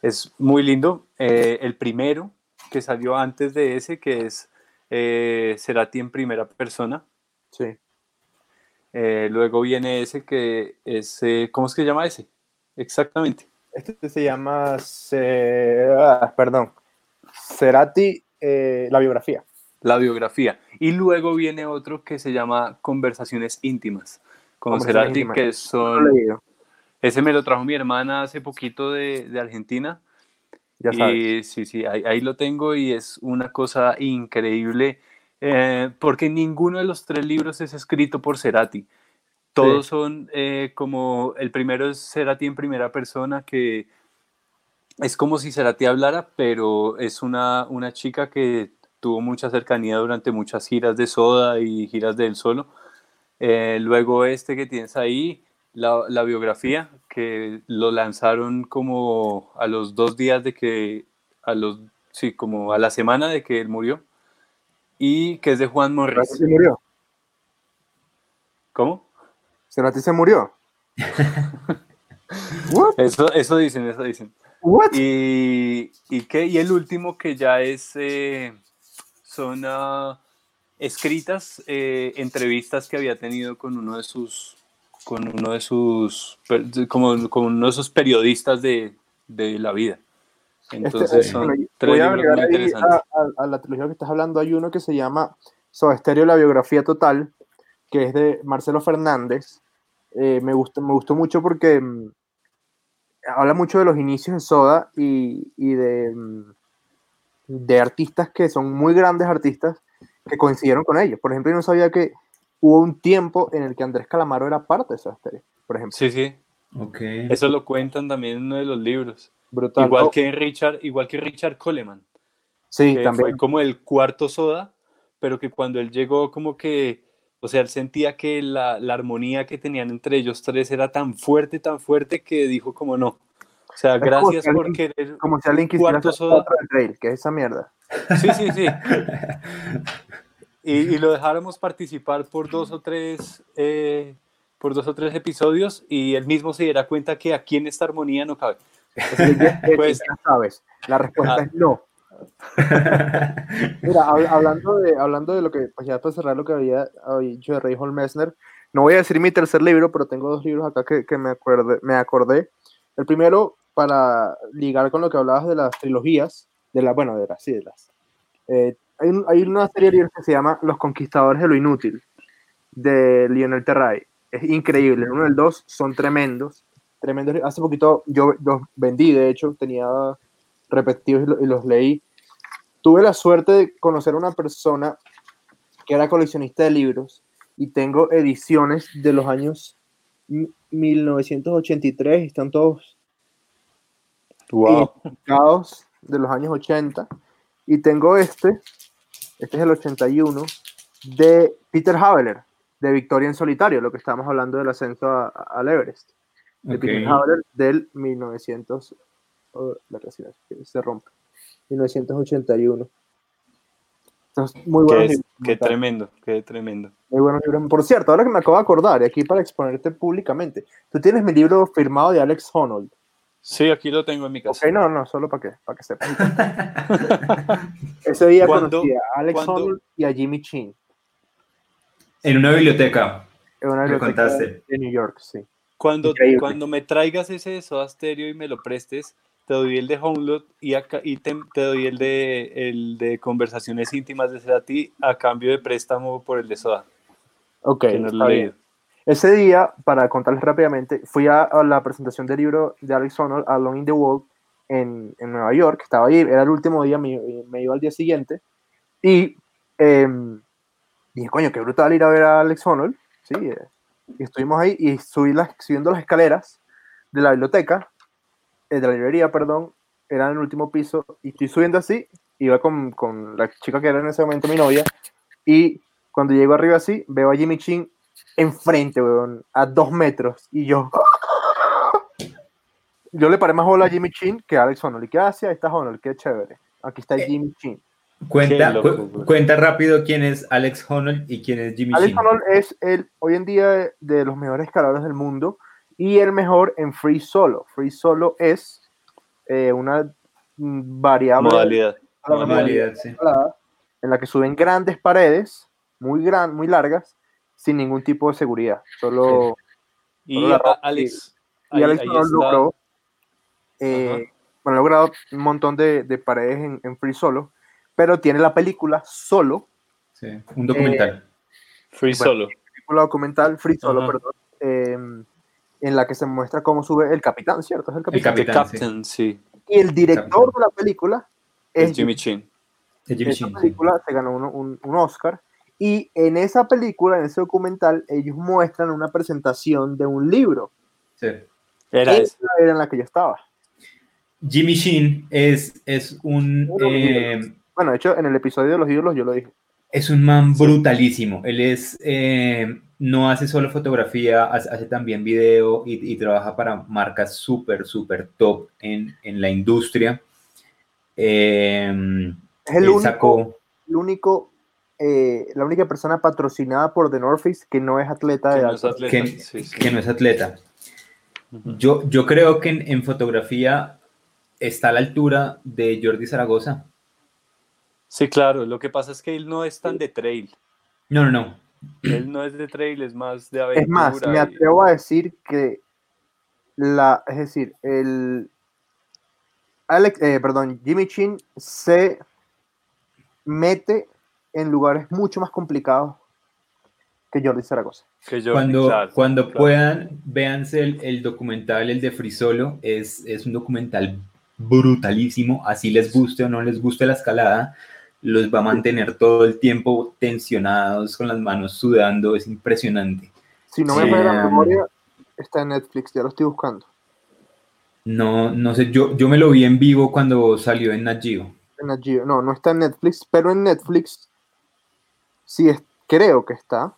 S2: es muy lindo. Eh, el primero que salió antes de ese, que es eh, Cerati en primera persona.
S1: Sí.
S2: Eh, luego viene ese que es, eh, ¿cómo es que se llama ese? Exactamente.
S1: Este se llama, Ce- ah, perdón, Cerati, eh, la biografía.
S2: La biografía. Y luego viene otro que se llama Conversaciones íntimas con
S1: Conversaciones
S2: Cerati,
S1: íntimas.
S2: que
S1: No lo he
S2: son,
S1: leído,
S2: ese me lo trajo mi hermana hace poquito de, de Argentina.
S1: ya sabes.
S2: Y sí, sí, ahí, ahí lo tengo y es una cosa increíble, eh, porque ninguno de los tres libros es escrito por Cerati.
S1: Sí.
S2: Todos son eh, como, el primero es Cerati en primera persona, que es como si Cerati hablara, pero es una, una chica que tuvo mucha cercanía durante muchas giras de Soda y giras de él solo. Eh, luego este que tienes ahí, la, la biografía, que lo lanzaron como a los dos días de que, a los, sí, como a la semana de que él murió, y que es de Juan
S1: Cerati
S2: Morris.
S1: se murió.
S2: ¿Cómo?
S1: Cerati se murió. What?
S2: Eso, eso dicen, eso dicen.
S1: What?
S2: Y, y, ¿qué? Y el último que ya es, eh, son uh, escritas eh, entrevistas que había tenido con uno de sus, con uno de sus, como, con uno de sus periodistas de, de la vida.
S1: Este,
S2: Entonces
S1: eh, bueno,
S2: son
S1: voy
S2: tres
S1: a
S2: libros
S1: agregar
S2: muy
S1: ahí a,
S2: interesantes.
S1: a- a la trilogía que estás hablando. Hay uno que se llama Soda Stereo, la biografía total, que es de Marcelo Fernández. Eh, me gustó, me gustó mucho porque mm, habla mucho de los inicios de Soda y, y de, mm, de artistas que son muy grandes artistas que coincidieron con ellos. Por ejemplo, yo no sabía que hubo un tiempo en el que Andrés Calamaro era parte de Soda Stereo, por ejemplo.
S2: Sí, sí.
S3: Ok.
S2: Eso lo cuentan también en uno de los libros.
S1: Brutal.
S2: Igual
S1: Oh,
S2: que Richard, igual que Richard Coleman,
S1: sí,
S2: que fue
S1: también.
S2: como el cuarto Soda, pero que cuando él llegó como que, o sea, él sentía que la, la armonía que tenían entre ellos tres era tan fuerte, tan fuerte que dijo como no. O sea,
S1: Es como si
S2: gracias por
S1: alguien,
S2: quer
S1: como si alguien
S2: un
S1: quisiera
S2: cuarto
S1: hacer
S2: Soda.
S1: teatro del trail, que es esa mierda.
S2: Sí, sí, sí. Y, y lo dejáramos participar por dos o tres, eh, por dos o tres episodios y él mismo se diera cuenta que aquí en esta armonía no cabe.
S1: Así que ya, Jesse,
S2: Pues,
S1: ya sabes, la respuesta
S2: ah,
S1: es no. Mira, hab- hablando de, hablando de lo que, pues ya para cerrar lo que había, había dicho de Reinhold Messner, no voy a decir mi tercer libro, pero tengo dos libros acá que, que me, acuerde, me acordé. El primero, para ligar con lo que hablabas de las trilogías, de la, bueno, de las, sí, de las. eh, hay, un- hay una serie de libros que se llama Los Conquistadores de lo Inútil, de Lionel Terray. Es increíble. El uno y el dos son tremendos. Tremendos. Hace poquito yo los vendí, de hecho, tenía repetidos y, lo- y los leí. Tuve la suerte de conocer a una persona que era coleccionista de libros y tengo ediciones de los años mil novecientos ochenta y tres, están todos
S2: wow.
S1: identificados de los años ochenta. Y tengo este, este es el ochenta y uno, de Peter Haveler, de Victoria en Solitario, lo que estábamos hablando del ascenso a- a- al Everest. De
S3: Ok.
S1: Peter Haveler del mil novecientos, oh, la casi se rompe, mil novecientos ochenta y uno. Entonces, muy
S2: Qué,
S1: buenos
S2: es,
S1: libros.
S2: qué
S1: Muy,
S2: tremendo, qué tremendo.
S1: muy buenos libros. Por cierto, ahora que me acabo de acordar, y aquí para exponerte públicamente, tú tienes mi libro firmado de Alex Honnold.
S2: Sí, aquí lo tengo en mi
S1: Ok,
S2: casa.
S1: no, no, solo para que, para que sepas. Ese día conocí
S2: Cuando,
S1: a Alex
S2: cuando,
S1: Honnold y a Jimmy Chin
S3: En una biblioteca,
S1: en una
S3: me
S1: biblioteca
S3: contaste.
S1: de New York, sí.
S2: cuando,
S1: Increíble.
S2: cuando me traigas ese de Soda Stereo y me lo prestes, te doy el de Homeload y, acá, y te, te doy el de, el de Conversaciones íntimas de Cerati a cambio de préstamo por el de Soda,
S1: Ok,
S2: que no lo
S1: está
S2: he
S1: bien.
S2: leído.
S1: Ese día, para contarles rápidamente, fui a, a la presentación del libro de Alex Honnold, Alone in the World, en, en Nueva York. Estaba ahí, era el último día, me, me iba al día siguiente. Y eh, dije, coño, qué brutal ir a ver a Alex Honnold. Sí, eh, y estuvimos ahí y subí las, subiendo las escaleras de la biblioteca, eh, de la librería, perdón, era en el último piso. Y estoy subiendo así, iba con, con la chica que era en ese momento mi novia. Y cuando llego arriba así, veo a Jimmy Chin enfrente, weón, a dos metros. Y yo, yo le paré más bola a Jimmy Chin que a Alex Honnold. ¿Y qué hace? Ahí está Honnold, qué chévere. Aquí está
S3: Eh,
S1: Jimmy Chin.
S2: Qué
S3: Cuenta,
S2: loco,
S3: cu-
S2: güey.
S3: cuenta rápido quién es Alex Honnold y quién es Jimmy
S1: Alex
S3: Chin.
S1: Honnold es el, hoy en día, de los mejores escaladores del mundo y el mejor en free solo. Free solo es eh, una mm, variable
S2: Modalidad.
S1: a la
S3: Modalidad, sí.
S1: escalada, en la que suben grandes paredes, muy, gran, muy largas, sin ningún tipo de seguridad. Solo, solo
S2: Y
S1: la
S2: a-
S1: ropa.
S2: Alex,
S1: Y, y
S2: ahí,
S1: Alex
S2: ahí
S1: Honnold
S2: está.
S1: logró, eh,
S2: Ajá.
S1: bueno, ha logrado un montón de, de paredes en, en Free Solo, pero tiene la película Solo,
S3: Sí, un documental.
S2: Free
S1: bueno,
S2: Solo.
S1: película documental Free Solo,
S2: Ajá.
S1: perdón, eh, en la que se muestra cómo sube el capitán, ¿cierto? Es el
S3: El
S1: capitán.
S2: The
S3: capitán, sí.
S2: Captain, sí.
S1: Y el
S3: El
S1: director
S3: capitán.
S1: de la película
S2: Es
S1: es
S2: Jimmy Chin.
S3: De Jimmy
S1: esa
S3: Chin, sí.
S1: película se ganó un, un, un Oscar. Y en esa película, en ese documental, ellos muestran una presentación de un libro.
S3: Sí.
S2: Era
S1: Esa
S2: ese.
S1: era en la que yo estaba.
S3: Jimmy Chin es, es un
S1: Uno de mis ídolos.
S3: eh,
S1: Bueno, de hecho, en el episodio de los ídolos yo lo dije.
S3: es un man
S2: Sí.
S3: brutalísimo. Él es eh, no hace solo fotografía, hace, hace también video y, y trabaja para marcas súper, súper top en, en la industria. Eh,
S1: Es el
S3: él
S1: único,
S3: sacó
S1: el único eh, la única persona patrocinada por The North Face que no es atleta
S2: Que
S1: de
S2: no es
S1: alto.
S2: atleta.
S3: que,
S2: Sí, sí.
S3: que no es atleta.
S2: Ujú.
S3: Yo, yo creo que en, en fotografía está a la altura de Jordi Zaragoza.
S2: Sí, claro. Lo que pasa es que él no es tan de trail.
S3: No, no, no.
S2: Él no es de trail, es más de
S1: Es más, me
S2: aventura. y-
S1: atrevo a decir que la, es decir, el Alex, eh, perdón, Jimmy Chin se mete en lugares mucho más complicados que Jordi Zaragoza.
S2: que Jordi,
S3: Cuando,
S2: claro.
S3: cuando
S2: claro.
S3: puedan, véanse el, el documental, el de Free Solo. Es, es un documental brutalísimo. Así les guste o no les guste la escalada, los va a mantener todo el tiempo tensionados, con las manos sudando. Es impresionante.
S1: Si no
S2: Sí.
S1: me falla la
S3: Eh,
S1: memoria, está en Netflix, ya lo estoy buscando.
S3: no, no sé, yo, yo me lo vi en vivo cuando salió en Nat Geo.
S1: En Nat Geo. No, no está en Netflix, pero en Netflix sí es, creo que está.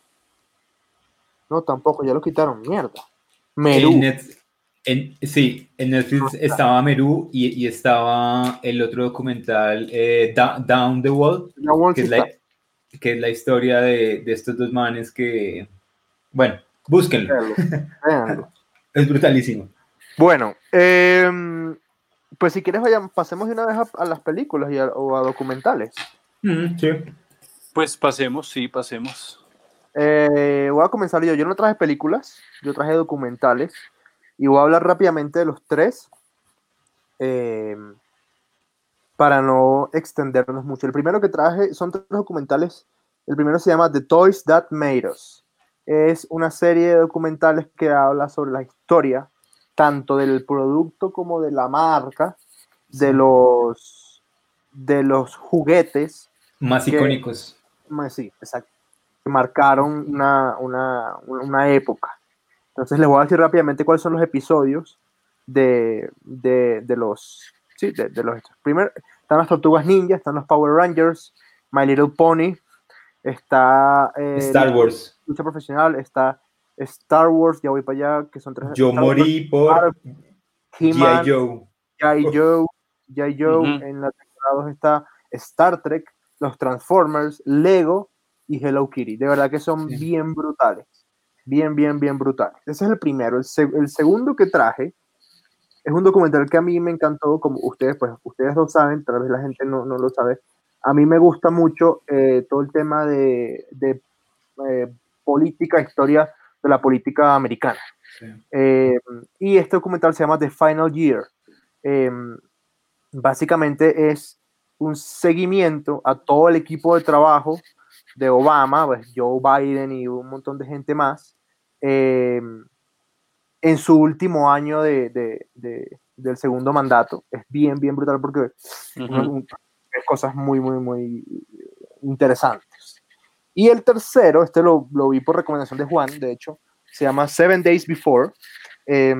S1: No, tampoco, ya lo quitaron, mierda. Merú.
S3: En Net- en- sí, en Netflix estaba Meru y, y estaba el otro documental, eh, Da- Down the Wall,
S1: La Wall
S3: que
S1: sí
S3: es la,
S1: está.
S3: que es la historia de, de estos dos manes que, bueno, búsquenlo,
S1: Véanlo, véanlo.
S3: es brutalísimo.
S1: Bueno, eh, pues si quieres vayan, pasemos de una vez a, a las películas y a, o a documentales.
S3: Mm, sí.
S2: Pues pasemos, sí, pasemos.
S1: Eh, voy a comenzar yo. Yo no traje películas, yo traje documentales y voy a hablar rápidamente de los tres eh, para no extendernos mucho. El primero que traje son tres documentales. El primero se llama The Toys That Made Us. Es una serie de documentales que habla sobre la historia tanto del producto como de la marca, de
S3: Sí.
S1: los de los juguetes
S3: Más
S1: que,
S3: icónicos.
S1: sí, exacto, que marcaron una, una, una época. Entonces les voy a decir rápidamente cuáles son los episodios de, de, de los sí, de, de los primero están las Tortugas Ninja, están los Power Rangers, My Little Pony, está eh,
S3: Star Wars.
S1: lucha profesional, está Star Wars, ya voy para allá, que son tres.
S3: Yo
S1: Star
S3: morí
S1: Wars,
S3: por
S1: He-Man,
S3: G I. Joe.
S1: G I. Joe, G I. Joe,
S2: Ujú.
S1: en la temporada dos está Star Trek, los Transformers, Lego y Hello Kitty. De verdad que son
S3: Sí.
S1: bien brutales. Bien, bien, bien brutales. Ese es el primero. El, seg el segundo que traje es un documental que a mí me encantó, como ustedes, pues ustedes lo saben, tal vez la gente no, no lo sabe. A mí me gusta mucho eh, todo el tema de, de eh, política, historia de la política americana.
S3: Sí.
S1: Eh, y este documental se llama The Final Year. Eh, básicamente es un seguimiento a todo el equipo de trabajo de Obama, pues Joe Biden y un montón de gente más, eh, en su último año de, de, de, del segundo mandato. Es bien, bien brutal porque
S2: Ujú.
S1: uno, un, es cosas muy, muy, muy interesantes. Y el tercero, este lo, lo vi por recomendación de Juan, de hecho, se llama Seven Days Before, eh,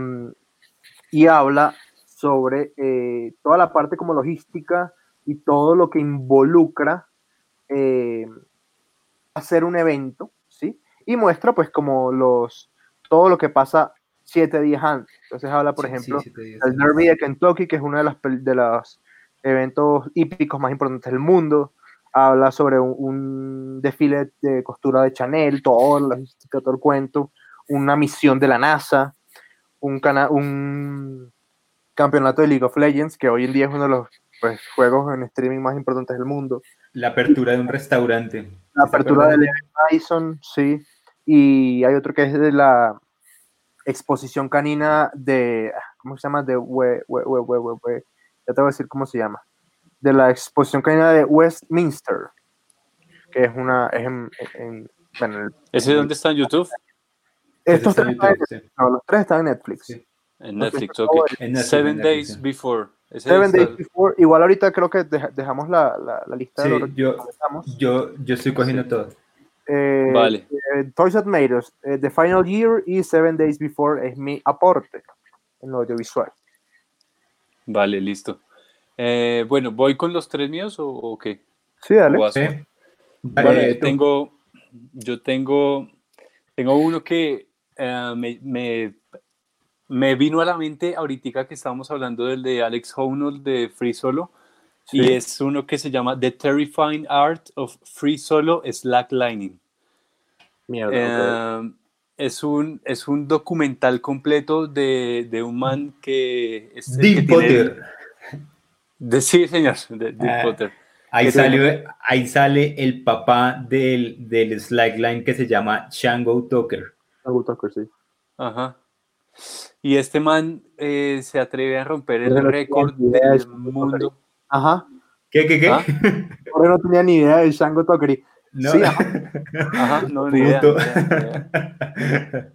S1: y habla sobre eh, toda la parte como logística y todo lo que involucra eh, hacer un evento, ¿sí? Y muestra pues como los, todo lo que pasa siete días antes. Entonces habla, por
S3: Sí,
S1: ejemplo,
S3: sí, sí,
S1: del Derby de Kentucky, que es uno de los, de los eventos hípicos más importantes del mundo. Habla sobre un, un desfile de costura de Chanel, todo, la logística, todo el cuento, una misión de la NASA, un, cana un campeonato de League of Legends, que hoy en día es uno de los pues, juegos en streaming más importantes del mundo.
S3: La apertura de un restaurante.
S1: La apertura de Tyson, sí. Y hay otro que es de la exposición canina de, ¿cómo se llama? De we, we, we, we, we, we. Ya te voy a decir cómo se llama. De la exposición canina de Westminster, que es una, es en, en, bueno, el,
S2: ¿Ese dónde está en YouTube?
S1: Estos tres están en Netflix. Sí. No, los tres están en Netflix. Sí.
S2: En Netflix, ok. En Netflix, Seven en Netflix, Days sí. Before.
S1: Seven Days Before. Igual ahorita creo que dejamos la, la, la lista
S3: sí,
S1: de los
S3: yo, yo, yo estoy cogiendo sí. todo.
S1: Eh,
S2: vale.
S1: Eh, Toys That Made Us, eh, The Final Year y Seven Days Before es mi aporte en lo audiovisual.
S2: Vale, listo. Eh, bueno, ¿voy con los tres míos o, o qué?
S1: Sí, dale.
S3: Sí.
S2: Bueno, eh, yo tengo, yo tengo, tengo uno que uh, me, me, me vino a la mente ahorita que estábamos hablando del de Alex Honnold de Free Solo, sí. Y es uno que se llama The Terrifying Art of Free Solo Slacklining.
S1: Mierda,
S2: eh,
S1: okay.
S2: es, un, es un documental completo de, de un man que... Es
S3: Dean
S2: que
S3: Potter.
S2: El, de, sí, señor, de Dean
S3: ah,
S2: Potter.
S3: Ahí sale, tiene... ahí sale el papá del, del slackline que se llama Shango Tucker.
S1: Shango Tucker, sí.
S2: Ajá. Y este man eh, se atreve a romper el récord del mundo.
S1: Ajá.
S3: ¿Qué, qué, qué?
S2: ¿Ah?
S1: Ahora no tenía ni idea de Shango Tucker.
S3: No.
S1: Sí, ajá.
S2: Ajá, no, ni idea, ni idea, ni idea.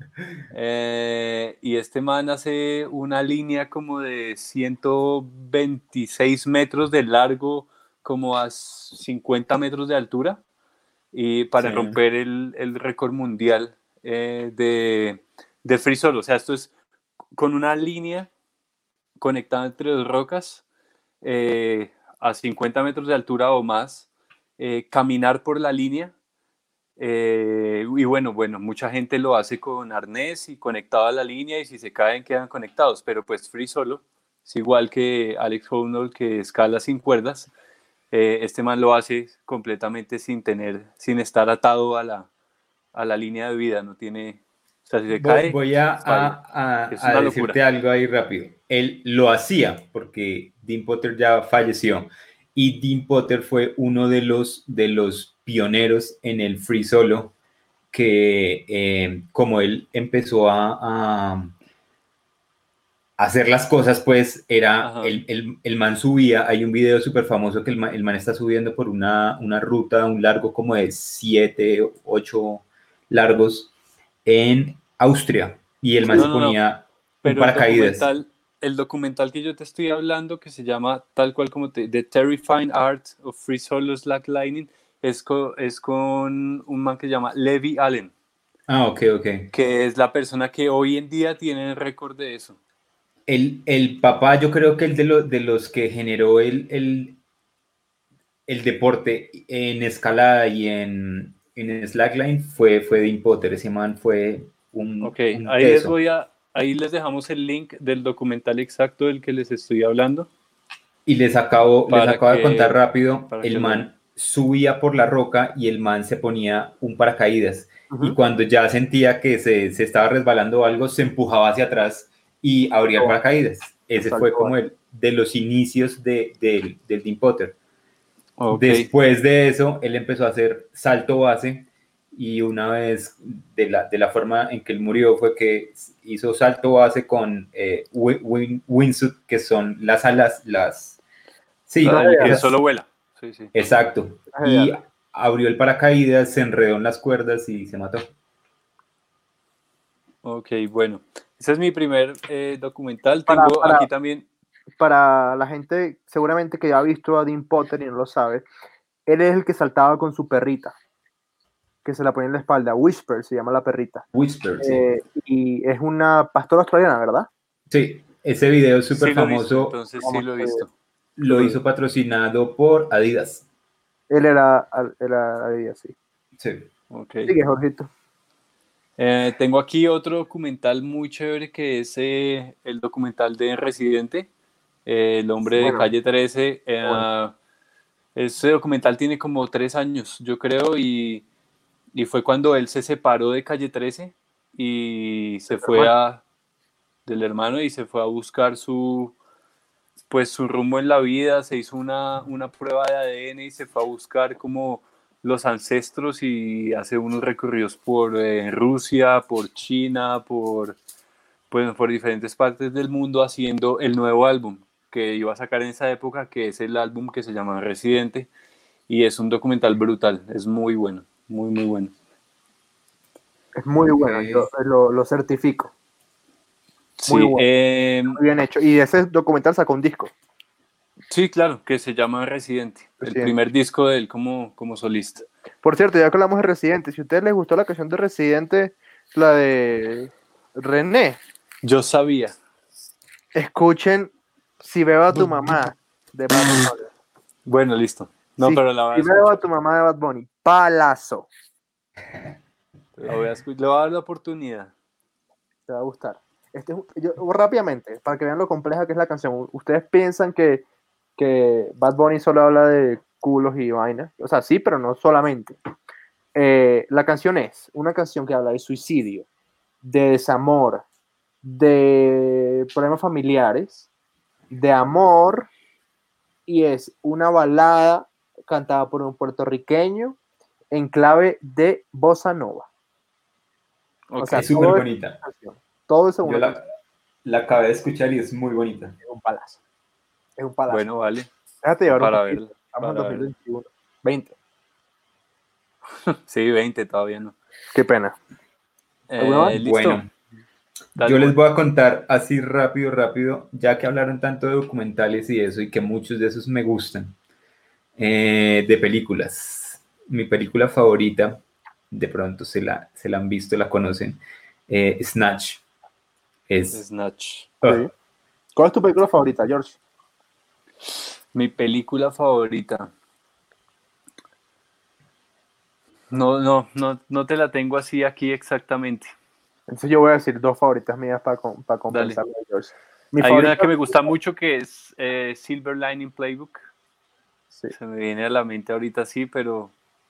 S2: Eh, y este man hace una línea como de ciento veintiséis metros de largo, como a cincuenta metros de altura, y para sí. romper el, el récord mundial eh, de, de free solo. O sea, esto es con una línea conectada entre dos rocas eh, a cincuenta metros de altura o más, eh, caminar por la línea. Eh, y bueno, bueno, mucha gente lo hace con arnés y conectado a la línea, y si se caen quedan conectados, pero pues free solo es igual que Alex Honnold, que escala sin cuerdas. Eh, este man lo hace completamente sin tener, sin estar atado a la, a la línea de vida, no tiene, o sea, si se
S3: voy,
S2: cae,
S3: voy a, a, a,
S2: es
S3: a
S2: una
S3: decirte
S2: locura.
S3: algo ahí rápido. Él lo hacía porque Dean Potter ya falleció, y Dean Potter fue uno de los, de los pioneros en el free solo, que eh, como él empezó a, a hacer las cosas, pues era, el, el, el man subía, hay un video súper famoso que el man, el man está subiendo por una, una ruta, un largo como de siete, ocho largos en Austria, y el man
S2: no,
S3: se
S2: no,
S3: ponía
S2: no. Pero
S3: un paracaídas.
S2: El documental, el documental que yo te estoy hablando, que se llama tal cual como te, The Terrifying Art of Free Solo Slacklining, es con, es con un man que se llama Levi Allen.
S3: Ah, ok, ok.
S2: Que es la persona que hoy en día tiene el récord de eso.
S3: El, el papá, yo creo que el de, lo, de los que generó el, el, el deporte en escalada y en, en slackline fue, fue Dean Potter. Ese man fue un,
S2: ok,
S3: un
S2: ahí les voy a, ahí les dejamos el link del documental exacto del que les estoy hablando.
S3: Y les acabo, les acabo
S2: que,
S3: de contar rápido, el man
S2: lo...
S3: subía por la roca y el man se ponía un paracaídas. Uh-huh. Y cuando ya sentía que se, se estaba resbalando algo, se empujaba hacia atrás y abría el paracaídas. Ese fue como el de los inicios de, de, del Dean Potter. Okay. Después de eso, él empezó a hacer salto base, y una vez, de la, de la forma en que él murió, fue que hizo salto base con eh, win, wingsuit, que son las alas, las...
S2: Sí, ah, el que solo vuela. Sí, sí.
S3: Exacto. Y abrió el paracaídas, se enredó en las cuerdas y se mató.
S2: Ok, bueno. Ese es mi primer eh, documental. Tengo para, para, aquí también...
S1: Para la gente seguramente que ya ha visto a Dean Potter y no lo sabe, él es el que saltaba con su perrita, que se la ponía en la espalda. Whisper se llama la perrita.
S3: Whisper,
S1: eh,
S3: sí.
S1: Y es una pastora australiana, ¿verdad?
S3: Sí, ese video es súper
S2: sí
S3: famoso.
S2: Visto, entonces sí lo he visto.
S3: Lo hizo patrocinado por Adidas.
S1: Él era, era Adidas, sí.
S3: Sí.
S2: Okay.
S1: Sigue, Jorgito.
S2: Eh, tengo aquí otro documental muy chévere, que es eh, el documental de Residente, eh, el hombre bueno. de Calle trece. Eh, bueno. Ese documental tiene como tres años, yo creo, y, y fue cuando él se separó de Calle trece y se fue a, del hermano, y se fue a buscar su, pues su rumbo en la vida, se hizo una, una prueba de A D N y se fue a buscar como los ancestros y hace unos recorridos por eh, Rusia, por China, por, pues, por diferentes partes del mundo haciendo el nuevo álbum que iba a sacar en esa época, que es el álbum que se llama Residente, y es un documental brutal, es muy bueno, muy muy bueno.
S1: Es muy
S3: Ok.
S1: bueno, yo lo, lo certifico. Muy
S2: Sí,
S1: bueno,
S2: eh,
S1: muy bien hecho. Y ese documental sacó un disco.
S2: sí, claro, que se llama Residente, el
S1: Residente.
S2: primer disco de él como, como solista.
S1: Por cierto, ya que hablamos de Residente, si a ustedes les gustó la canción de Residente, la de René,
S2: Yo sabía.
S1: escuchen Si Beba a tu mamá de Bad Bunny.
S2: Bueno, listo. No,
S1: Si,
S2: pero la voy a
S1: Si Beba a
S2: escuchar.
S1: tu mamá de Bad Bunny. Palazo.
S2: La voy a escuchar. Le voy a dar la oportunidad.
S1: Te va a gustar. Este es un- yo- rápidamente, para que vean lo compleja que es la canción. Ustedes piensan que, que Bad Bunny solo habla de culos y vainas. O sea, sí, pero no solamente. Eh, la canción es una canción que habla de suicidio, de desamor, de problemas familiares, de amor, y es una balada cantada por un puertorriqueño en clave de bossa nova. O
S2: Ok.
S1: sea,
S3: Es súper
S1: todo
S3: bonita.
S1: es una canción. Todo es
S3: Yo
S1: una
S3: la,
S1: canción.
S3: la acabé de escuchar y es muy bonita.
S1: Es un palazo. Es un palazo.
S2: Bueno, vale.
S1: Déjate llevar un
S2: Para
S1: poquito.
S2: verla.
S1: Estamos en
S2: Para verla.
S1: dos mil veintiuno. veinte.
S2: Sí, veinte todavía no.
S1: Qué pena. ¿Alguna
S2: Eh,
S1: más?
S2: listo.
S3: Bueno,
S2: Dale,
S3: yo les
S2: Juan.
S3: voy a contar así rápido, rápido, ya que hablaron tanto de documentales y eso, y que muchos de esos me gustan, eh, de películas. Mi película favorita, de pronto se la, se la han visto, la conocen, eh, Snatch. Es,
S2: Snatch.
S3: oh,
S1: Sí. ¿Cuál es tu película favorita, George?
S2: Mi película favorita. No, no, no, no te la tengo así aquí exactamente.
S1: Entonces yo voy a decir dos favoritas mías para, para compensar a George. Mi
S2: Hay
S1: favorita,
S2: una que me gusta mucho que es eh, Silver Lining Playbook.
S1: sí.
S2: Se me viene a la mente ahorita sí, pero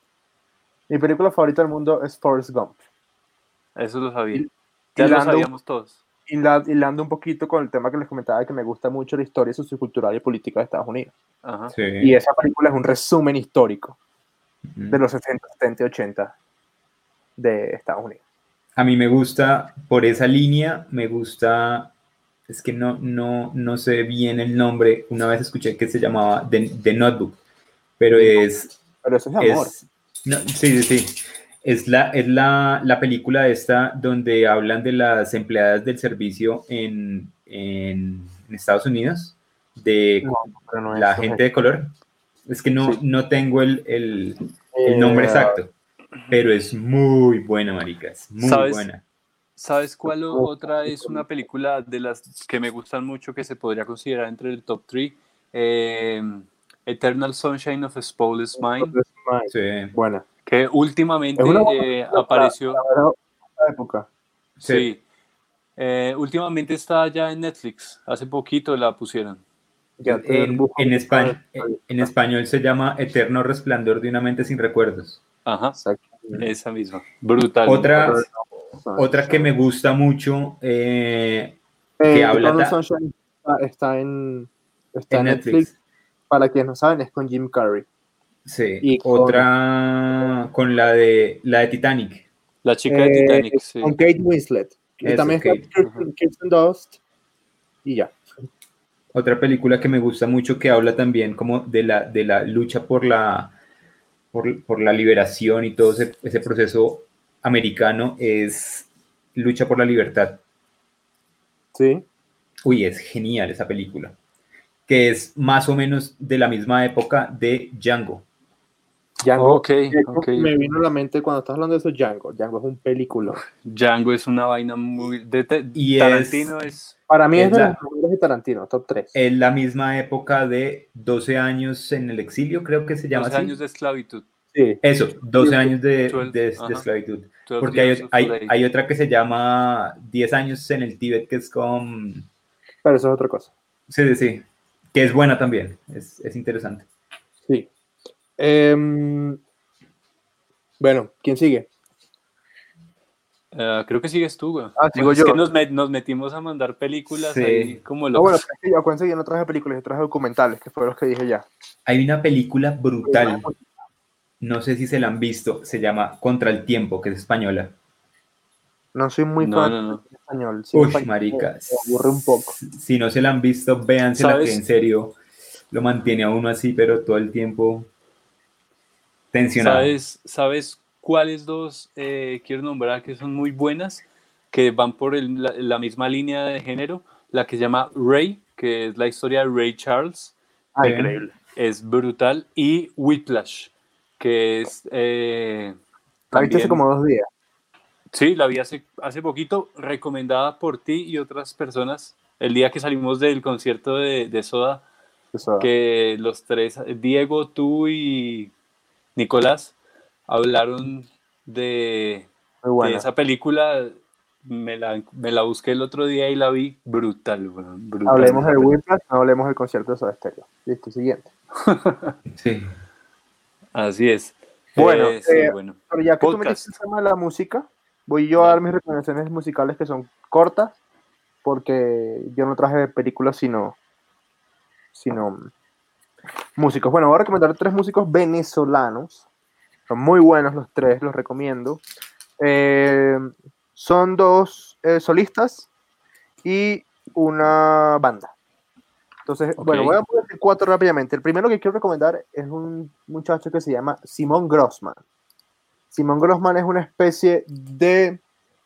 S1: Mi película favorita del mundo es Forrest Gump.
S2: eso lo sabía.
S1: Y-
S2: Ya lo
S1: hilando,
S2: sabíamos todos.
S1: hila- hilando un poquito con el tema que les comentaba de que me gusta mucho la historia sociocultural y política de Estados Unidos.
S2: Ajá.
S3: sí.
S1: Y esa película es un resumen histórico
S3: Ujú.
S1: de los sesenta, setenta y ochenta de Estados Unidos.
S3: A mí me gusta, por esa línea, me gusta, es que no, no, no sé bien el nombre, una vez escuché que se llamaba The, The Notebook, pero es...
S1: Pero eso es amor.
S3: es no, sí, sí, sí. Es, la, es la, la película esta donde hablan de las empleadas del servicio en, en, en Estados Unidos, de
S1: No, pero no es
S3: la
S1: eso,
S3: gente
S1: es-
S3: de color. Es que no,
S1: Sí.
S3: no tengo el, el, el nombre
S1: Eh,
S3: exacto, pero es muy buena, marica, es muy
S2: ¿Sabes?
S3: buena.
S2: ¿Sabes cuál o- otra es una película de las que me gustan mucho que se podría considerar entre el top tres? Eh, Eternal Sunshine of a Spotless Mind,
S3: Sí.
S1: Buena.
S2: que últimamente
S1: Es una buena
S2: eh,
S1: película para-
S2: apareció.
S1: para ver otra época.
S2: Sí. Eh, últimamente está ya en Netflix. Hace poquito la pusieron.
S1: Ya te
S3: En,
S1: busco
S3: en,
S1: mi
S3: español,
S1: lista.
S3: en español se llama Eterno Resplandor de una mente sin recuerdos.
S2: Ajá.
S1: Exacto.
S2: Esa misma. Brutal.
S3: Otra,
S1: Pero no,
S3: otra que me gusta mucho, eh,
S1: Eh,
S3: que habla
S1: Eternal
S3: ta-
S1: Sunshine está, está en, está
S3: en
S1: en
S3: Netflix.
S1: Netflix. Para quienes no saben, es con Jim Carrey.
S3: Sí.
S1: Y con-
S3: Otra con la de la de Titanic.
S2: La chica de
S1: Eh,
S2: Titanic, sí.
S1: Con Kate Winslet. Y
S3: Eso,
S1: también
S3: Kate.
S1: está Kirsten, Kirsten Dunst. Y ya.
S3: Otra película que me gusta mucho que habla también como de la, de la lucha por la, por, por la liberación y todo ese, ese proceso americano es Lucha por la Libertad.
S1: Sí.
S3: Uy, es genial esa película. Que es más o menos de la misma época de Django.
S1: Django.
S2: Ok,
S1: De hecho,
S2: ok.
S1: Me vino a la mente cuando estás hablando de eso, Django. Django es un película.
S2: Django es una vaina muy... De te-
S3: Y
S2: Tarantino
S3: es-
S2: es...
S1: Para mí es,
S3: Es
S1: de
S3: la-
S1: los mejores de Tarantino, top tres.
S3: Es la misma época de doce años en el exilio, creo que se llama
S2: doce
S3: así.
S2: años de esclavitud.
S1: Sí.
S3: Eso, doce años de,
S2: doce,
S3: de- de
S2: ajá.
S3: esclavitud.
S2: doce
S3: Porque
S2: Years
S3: hay,
S2: of
S3: hay,
S2: Slave.
S3: hay otra que se llama diez años en el Tíbet, que es con...
S1: Pero eso es otra cosa.
S3: Sí, sí, sí. Que es buena también. Es, es interesante.
S1: Sí. Em, bueno, ¿quién sigue?
S2: Uh, creo que sigues tú, güey.
S1: Ah, sigo
S2: es
S1: yo.
S2: que nos, met nos metimos a mandar películas
S3: Sí.
S2: ahí como
S1: No, bueno,
S2: locos.
S1: es que yo acuérdense que yo no traje películas, yo traje documentales, que fueron los que dije ya.
S3: Hay una película brutal, no sé si se la han visto, se llama Contra el Tiempo, que es española.
S1: No soy muy
S2: No,
S1: fan
S2: no, no.
S1: de español. Sí,
S3: Uy,
S1: español
S3: marica,
S1: me aburre un poco.
S3: si no se la han visto, véansela,
S2: ¿Sabes?
S3: que en serio lo mantiene a uno así, pero todo el tiempo tensionado.
S2: ¿Sabes, ¿Sabes cuáles dos eh, quiero nombrar que son muy buenas? Que van por el, la, la misma línea de género. La que se llama Ray, que es la historia de Ray Charles.
S1: Ah,
S3: Sí.
S1: increíble.
S2: Es brutal. Y Whiplash, que es... Eh,
S1: La viste hace
S2: también,
S1: como dos días.
S2: sí, la vi hace, hace poquito, recomendada por ti y otras personas. El día que salimos del concierto de, de Soda,
S1: Eso.
S2: que los tres, Diego, tú y Nicolás, hablaron de,
S1: Muy
S2: de
S1: buena.
S2: esa película. Me la, me la busqué el otro día y la vi brutal, bro, brutal.
S1: Hablemos del Whiplash, no hablemos del concierto de Soda Stereo. Listo, siguiente.
S3: Sí.
S2: Así es.
S1: Bueno,
S2: Eh, sí,
S1: eh,
S2: bueno.
S1: pero ya que tú
S2: Podcast.
S1: metiste el tema de la música, voy yo a dar mis recomendaciones musicales que son cortas, porque yo no traje películas, sino, sino músicos. Bueno, voy a recomendar tres músicos venezolanos. Son muy buenos los tres, los recomiendo. Eh, son dos eh, solistas y una banda. Entonces,
S2: Okay.
S1: bueno, voy a poner cuatro rápidamente. El primero que quiero recomendar es un muchacho que se llama Simón Grossman. Simón Grossman es una especie de...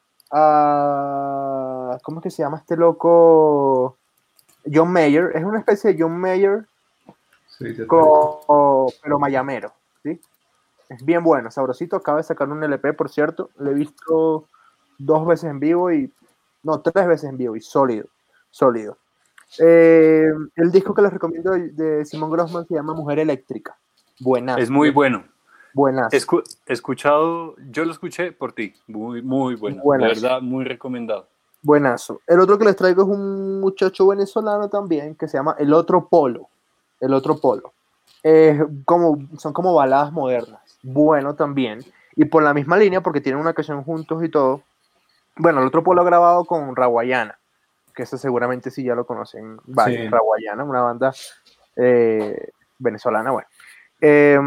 S1: Uh, ¿cómo es que se llama este loco? John Mayer. Es una especie de John Mayer,
S3: Sí, sí,
S1: con, pero mayamero, ¿sí? Es bien bueno, sabrosito. Acaba de sacar un L P, por cierto. Lo he visto dos veces en vivo y... No, tres veces en vivo y sólido, sólido. Eh, el disco que les recomiendo de, de Simón Grossman se llama Mujer Eléctrica. Buenazo.
S2: Es muy bueno.
S1: Buenazo.
S2: Escu escuchado, yo lo escuché por ti. Muy, muy bueno. Buenazo. De verdad, muy recomendado.
S1: Buenazo. El otro que les traigo es un muchacho venezolano también que se llama El Otro Polo. El Otro Polo. Eh, como, son como baladas modernas. Bueno también. Y por la misma línea, porque tienen una canción juntos y todo. Bueno, El Otro Polo ha grabado con Raguayana, que ese seguramente sí ya lo conocen varios. Sí. Raguayana, una banda eh, venezolana, bueno. Eh,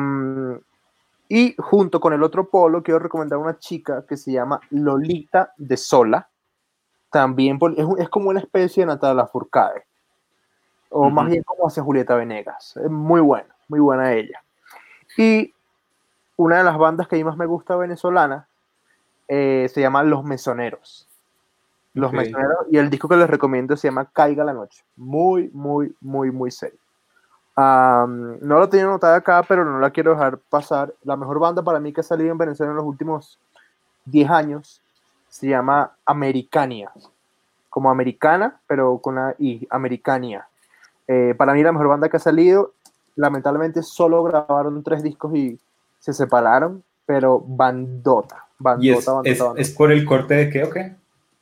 S1: y junto con El Otro Polo quiero recomendar una chica que se llama Lolita de Sola. También es, es como una especie de Natalia Lafourcade, o uh-huh. más bien como hacia Julieta Venegas. Es muy buena, muy buena ella. Y una de las bandas que a mí más me gusta venezolana eh, se llama Los Mesoneros. Los okay. Mesoneros, y el disco que les recomiendo se llama Caiga la Noche. Muy, muy, muy, muy serio. Um, no lo tenía anotada acá, pero no la quiero dejar pasar. La mejor banda para mí que ha salido en Venezuela en los últimos diez años se llama Americania, como americana, pero con la I, Americania. Eh, para mí la mejor banda que ha salido. Lamentablemente solo grabaron tres discos y se separaron, pero bandota, bandota,
S3: ¿Y es,
S1: bandota,
S3: es,
S1: bandota.
S3: ¿Es por el corte de qué o qué?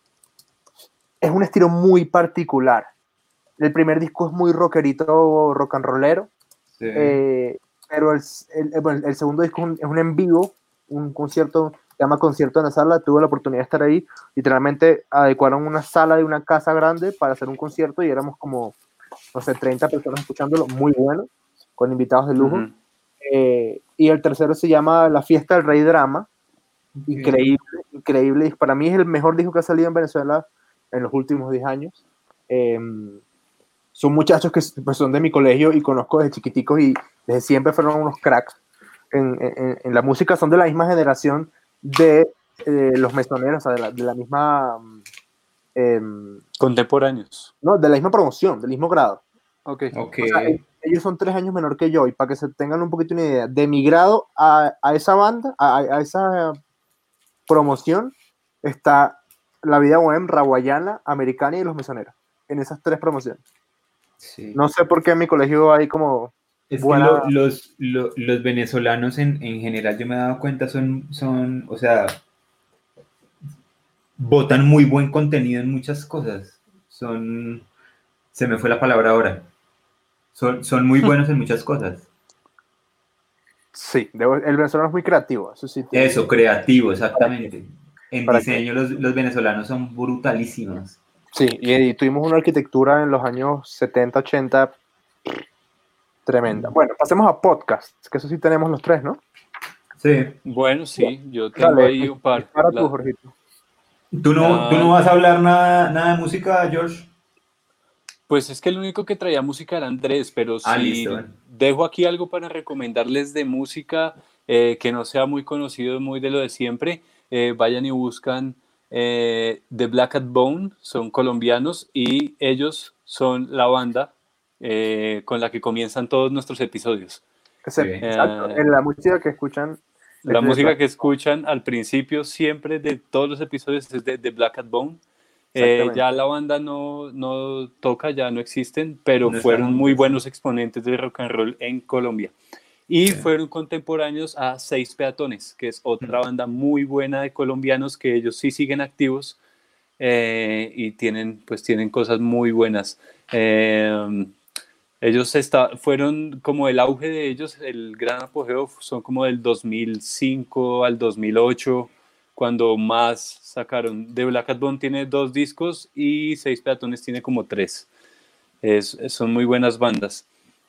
S1: Es un estilo muy particular. El primer disco es muy rockerito, rock and rollero, sí. eh, pero el, el, bueno, el segundo disco es un, es un en vivo, un concierto, se llama Concierto en la Sala. Tuve la oportunidad de estar ahí. Literalmente adecuaron una sala de una casa grande para hacer un concierto y éramos como, no sé, treinta personas escuchándolo, muy bueno, con invitados de lujo. Uh-huh. eh, y el tercero se llama La Fiesta del Rey Drama. Okay. Increíble, increíble. Para mí es el mejor disco que ha salido en Venezuela en los últimos diez años. Eh, son muchachos que pues, son de mi colegio y conozco desde chiquiticos y desde siempre fueron unos cracks en, en, en la música. Son de la misma generación de eh, los mesoneros, o sea, de la, de la misma...
S2: Eh, contemporáneos.
S1: No, de la misma promoción, del mismo grado.
S2: Ok.
S3: okay.
S1: O sea, ellos son tres años menor que yo, y para que se tengan un poquito una idea, de mi grado a, a esa banda, a, a esa promoción, está La Vida Bohem, Raguayana, Americana y Los Mesoneros. En esas tres promociones.
S3: Sí.
S1: No sé por qué en mi colegio hay como...
S3: Es
S1: buena...
S3: que lo, los, lo, los venezolanos en, en general, yo me he dado cuenta, son, son, o sea, botan muy buen contenido en muchas cosas. Son, se me fue la palabra ahora. Son, son muy buenos en muchas cosas.
S1: Sí, el venezolano es muy creativo. Eso, sí
S3: eso creativo, exactamente. en
S1: ¿Para
S3: diseño los, los venezolanos son brutalísimos.
S1: Sí, y, y tuvimos una arquitectura en los años setenta, ochenta tremenda. Bueno, pasemos a podcast, que eso sí tenemos los tres, ¿no?
S3: Sí.
S2: Bueno, sí, yo tengo
S1: Dale,
S2: ahí un par.
S1: para tú,
S2: La-
S1: Jorgito.
S3: ¿Tú no, ¿Tú
S2: la-
S3: no vas a hablar nada, nada de música, George?
S2: Pues es que el único que traía música era Andrés, pero
S3: Ah, listo.
S2: si
S3: Bueno.
S2: dejo aquí algo para recomendarles de música eh, que no sea muy conocido, muy de lo de siempre, eh, vayan y buscan eh, The Black Cat Bone, son colombianos y ellos son la banda eh, con la que comienzan todos nuestros episodios.
S1: Ese-
S3: Sí.
S1: exacto,
S2: Eh,
S1: en la música que escuchan
S2: la
S1: es de
S2: música
S1: Black.
S2: que escuchan al principio siempre de todos los episodios es de, de Black Cat Bone. Eh,
S1: Exactamente.
S2: ya la banda no, no toca, ya no existen, pero
S3: No están
S2: fueron muy
S3: juntos.
S2: buenos exponentes de rock and roll en Colombia. Y
S3: Sí.
S2: fueron contemporáneos a Seis Peatones, que es otra
S3: Mm.
S2: banda muy buena de colombianos que ellos sí siguen activos eh, y tienen, pues, tienen cosas muy buenas. Eh, ellos está, fueron como el auge de ellos, el gran apogeo son como del dos mil cinco al dos mil ocho, cuando más sacaron. The Black Cat Bone tiene dos discos y Seis Peatones tiene como tres. Es, son muy buenas bandas.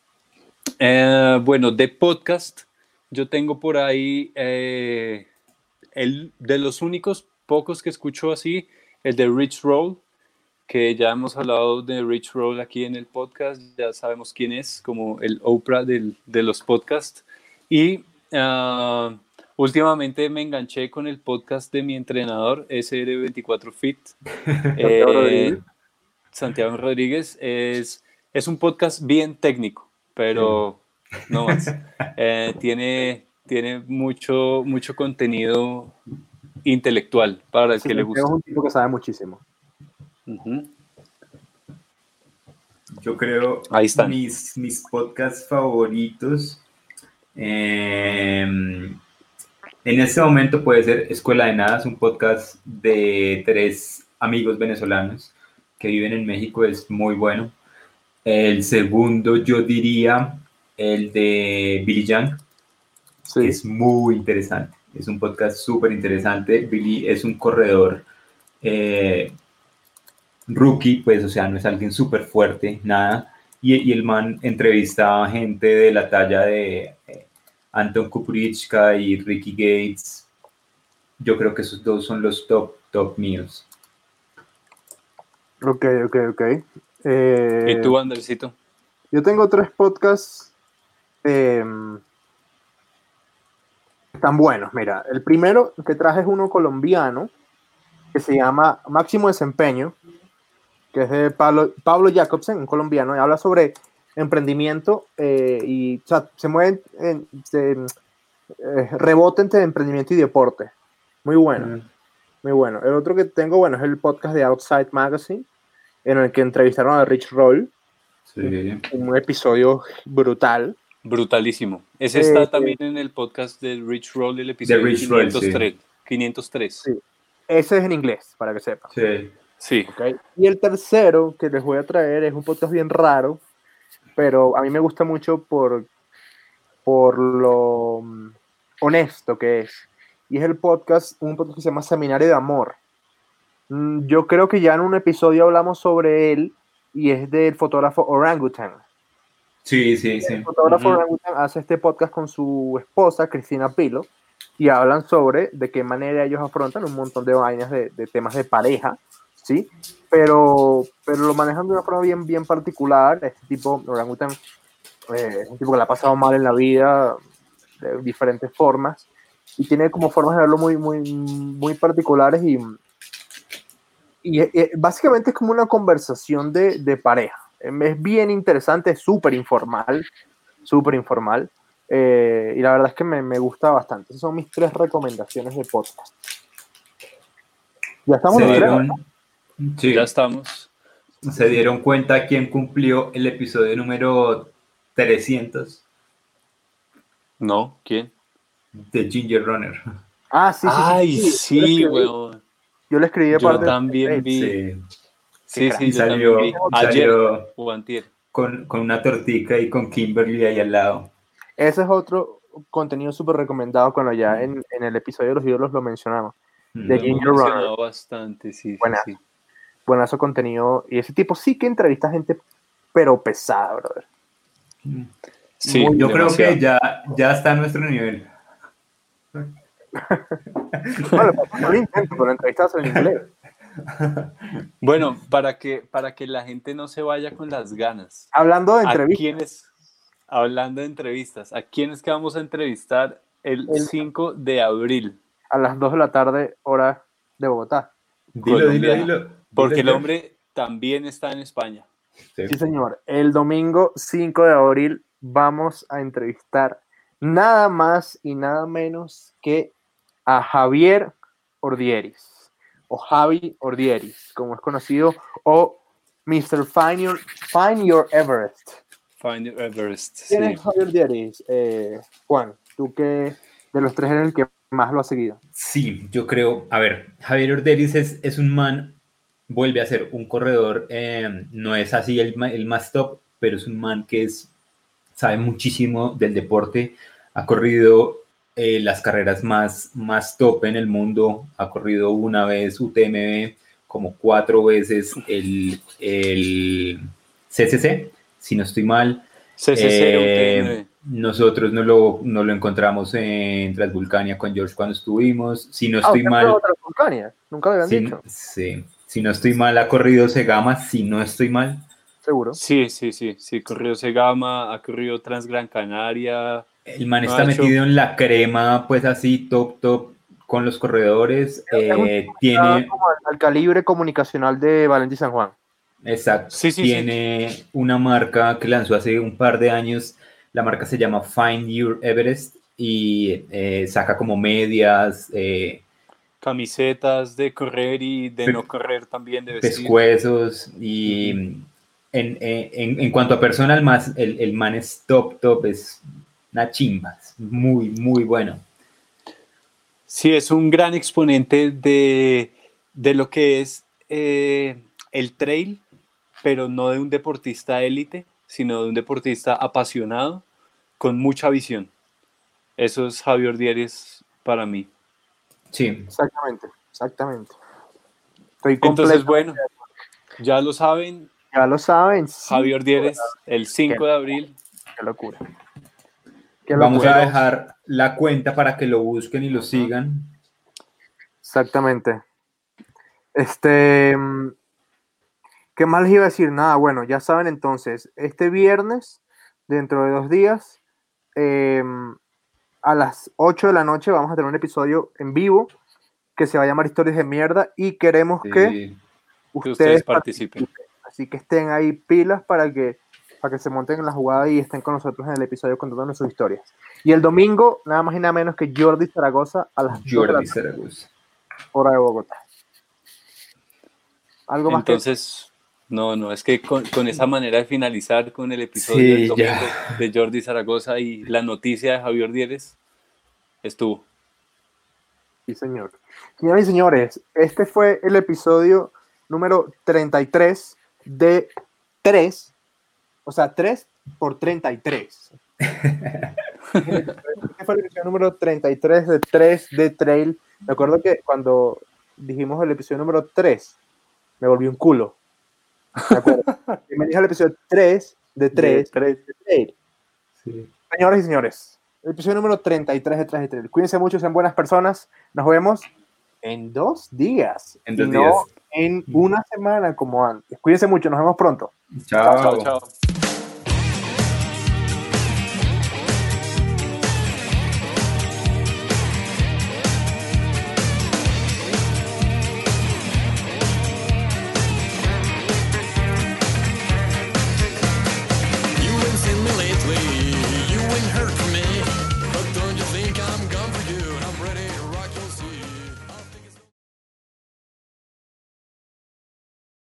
S2: Eh, bueno, de podcast, yo tengo por ahí eh, el, de los únicos pocos que escucho así, el de Rich Roll, que ya hemos hablado de Rich Roll aquí en el podcast, ya sabemos quién es, como el Oprah del, de los podcasts. Y uh, últimamente me enganché con el podcast de mi entrenador, S R veinticuatro Fit.
S1: Santiago Rodríguez.
S2: Eh, Santiago Rodríguez es, es un podcast bien técnico, pero
S3: Sí.
S2: no más. Eh, tiene, tiene mucho, mucho contenido intelectual para el
S1: Sí,
S2: que le
S1: Santiago
S2: gusta.
S1: es un tipo que sabe muchísimo.
S2: Uh-huh.
S3: Yo creo
S2: Ahí están.
S3: mis, mis podcasts favoritos. eh, en este momento puede ser Escuela de Nada, es un podcast de tres amigos venezolanos que viven en México, es muy bueno. El segundo, yo diría el de Billy Young,
S1: Sí.
S3: es muy interesante. Es un podcast súper interesante. Billy es un corredor eh, rookie, pues, o sea, no es alguien súper fuerte, nada. Y, y el man entrevista a gente de la talla de eh, Anton Kupurichka y Ricky Gates. Yo creo que esos dos son los top, top míos.
S1: Ok, ok, ok. Eh,
S2: ¿Y tú, Andresito?
S1: Yo tengo tres podcasts eh, tan buenos. Mira, el primero que traje es uno colombiano que se llama Máximo Desempeño, que es de Pablo, Pablo Jacobsen, un colombiano, y habla sobre emprendimiento eh, y o sea, se mueve en, se, eh, rebote entre emprendimiento y deporte. Muy bueno, mm. muy bueno. El otro que tengo, bueno, es el podcast de Outside Magazine, en el que entrevistaron a Rich Roll.
S3: Sí.
S1: Un, un episodio brutal.
S2: Brutalísimo. Ese eh, está también en el podcast de Rich Roll, el episodio
S3: Rich
S2: quinientos tres.
S3: Roll, sí.
S2: quinientos tres.
S1: Sí. Ese es en inglés, para que sepan.
S3: Sí.
S2: Sí.
S1: Okay. Y el tercero que les voy a traer es un podcast bien raro, pero a mí me gusta mucho por, por lo honesto que es. Y es el podcast, un podcast que se llama Seminario de Amor. Yo creo que ya en un episodio hablamos sobre él y es del fotógrafo Orangutan.
S3: Sí, sí, sí.
S1: El fotógrafo
S2: uh-huh.
S1: Orangutan hace este podcast con su esposa, Cristina Pilo, y hablan sobre de qué manera ellos afrontan un montón de vainas de, de temas de pareja, ¿sí? Pero, pero lo manejan de una forma bien, bien particular. Este tipo, Orangutan, eh, es un tipo que le ha pasado mal en la vida de diferentes formas y tiene como formas de verlo muy, muy, muy particulares y, y, y básicamente es como una conversación de, de pareja. Es bien interesante, es súper informal, súper informal. Eh, y la verdad es que me, me gusta bastante. Esas son mis tres recomendaciones de podcast. Ya estamos
S3: Se dieron,
S2: ¿no?
S3: sí.
S2: Ya estamos.
S3: ¿Se dieron cuenta quién cumplió el episodio número trescientos?
S2: No, ¿quién?
S3: De Ginger Runner.
S1: Ah, sí, sí, sí.
S2: Ay,
S1: sí,
S2: sí, weón.
S1: Yo le escribí de
S2: yo
S1: parte
S2: también
S1: de...
S2: vi.
S3: Sí,
S2: sí, sí, yo
S3: salió,
S2: también vi. Ayer
S3: salió
S2: o antier.
S3: Con, con una tortica y con Kimberly ahí al lado.
S1: Ese es otro contenido súper recomendado cuando ya en, en el episodio de los ídolos lo mencionamos. de
S2: Lo hemos
S1: Ginger Runner.
S2: mencionado bastante, sí, sí,
S1: Buenazo.
S2: sí.
S1: Buenazo contenido. Y ese tipo sí que entrevista gente, pero pesada, brother.
S2: Sí,
S1: Muy-
S3: Yo
S2: demasiado.
S3: creo que ya, ya está a nuestro nivel.
S1: Bueno, pues, no lo intento, pero entrevistas en inglés.
S2: Bueno, para que, para que la gente no se vaya con las ganas.
S1: Hablando de
S2: ¿A
S1: entrevistas,
S2: quiénes, hablando de entrevistas, a quiénes que vamos a entrevistar el
S1: El-
S2: cinco de abril?
S1: a las dos de la tarde, hora de Bogotá.
S3: Dilo, dilo,
S2: Colombiana.
S3: dilo. dilo,
S2: Porque el
S3: George.
S2: hombre también está en España.
S3: Sí.
S1: Sí, señor. El domingo cinco de abril vamos a entrevistar nada más y nada menos que a Javier Ordieris, o Javi Ordieris, como es conocido, o mister Find Your, Find Your Everest.
S2: Find Your Everest.
S1: ¿Quién
S2: Sí.
S1: es Javier Ordieris? Eh, Juan, tú que de los tres eres el que más lo has seguido.
S3: Sí, yo creo, a ver, Javier Orderis es, es un man, vuelve a ser un corredor, eh, no es así el, ma- el más top, pero es un man que es, sabe muchísimo del deporte, ha corrido eh, las carreras más, más top en el mundo, ha corrido una vez U T M B, como cuatro veces el, el C C C, si no estoy mal.
S2: C C C,
S3: Eh,
S2: U T M B.
S3: Nosotros no lo, no lo encontramos en Transvulcania con George cuando estuvimos. Si no
S1: Ah,
S3: estoy
S1: usted
S3: mal,
S1: fue a Transvulcania, nunca lo habían
S3: si,
S1: dicho,
S3: sí, si no estoy mal, ha corrido Segama. Si no estoy mal,
S1: seguro.
S2: Sí, sí, sí, sí, corrió Segama, ha corrido Transgran Canaria.
S3: el man
S2: No
S3: está
S2: ha hecho-
S3: metido en la crema, pues así, top, top con los corredores.
S1: Es un
S3: Eh,
S1: Está
S3: tiene,
S1: como al, al calibre comunicacional de Valentín San Juan.
S3: exacto,
S2: Sí, sí,
S3: tiene una marca que lanzó hace un par de años. La marca se llama Find Your Everest y eh, saca como medias, eh,
S2: Camisetas de correr y de
S3: Pe-
S2: no correr también, de vestir.
S3: pescuezos y en, en, en cuanto a personal más, el, el man es top, top, es una chimba, es muy, muy bueno.
S2: Sí, es un gran exponente de, de lo que es eh, el trail, pero no de un deportista élite, sino de un deportista apasionado, con mucha visión. Eso es Javier Ordieris para mí.
S3: Sí,
S1: Exactamente, exactamente. Estoy
S2: Entonces,
S1: completo.
S2: bueno, ya lo saben,
S1: Ya lo saben. sí.
S2: Javier Ordieris, el cinco de abril.
S1: Qué locura. Qué
S3: vamos
S1: locura.
S3: a dejar la cuenta para que lo busquen y lo sigan.
S1: Exactamente. Este, mm, ¿qué más les iba a decir? Nada, bueno, ya saben entonces, este viernes, dentro de dos días, eh, a las ocho de la noche vamos a tener un episodio en vivo que se va a llamar Historias de Mierda y queremos que
S3: Sí.
S2: Que
S1: ustedes,
S2: ustedes participen.
S1: Así que estén ahí pilas para que, para que se monten en la jugada y estén con nosotros en el episodio contándonos sus historias. Y el domingo, nada más y nada menos que Jordi Zaragoza a las dos de la
S3: Jordi
S1: tarde,
S3: Zaragoza.
S1: hora de Bogotá. Algo más
S2: Entonces, no, no, es que con, con esa manera de finalizar con el episodio
S3: Sí,
S2: del domingo
S3: ya.
S2: de Jordi Zaragoza y la noticia de Javier Ordieris, estuvo.
S1: que... Sí, señor. Señoras y señores, este fue el episodio número treinta y tres de tres, o sea, tres por treinta y tres. Este fue el episodio número treinta y tres de tres de Trail. Me acuerdo que cuando dijimos el episodio número tres, me volví un culo. ¿Me acuerdo? Y me dijo el episodio tres de tres de Trail.
S3: Sí.
S1: Señoras y señores, el episodio número treinta y tres de tres de Trail. Cuídense mucho, sean buenas personas. Nos vemos en dos días.
S3: En dos
S1: y no
S3: días.
S1: en una semana como antes. Cuídense mucho, nos vemos pronto.
S3: Chao.
S2: Chao, chao.
S4: You ain't seen me lately, you ain't heard from me.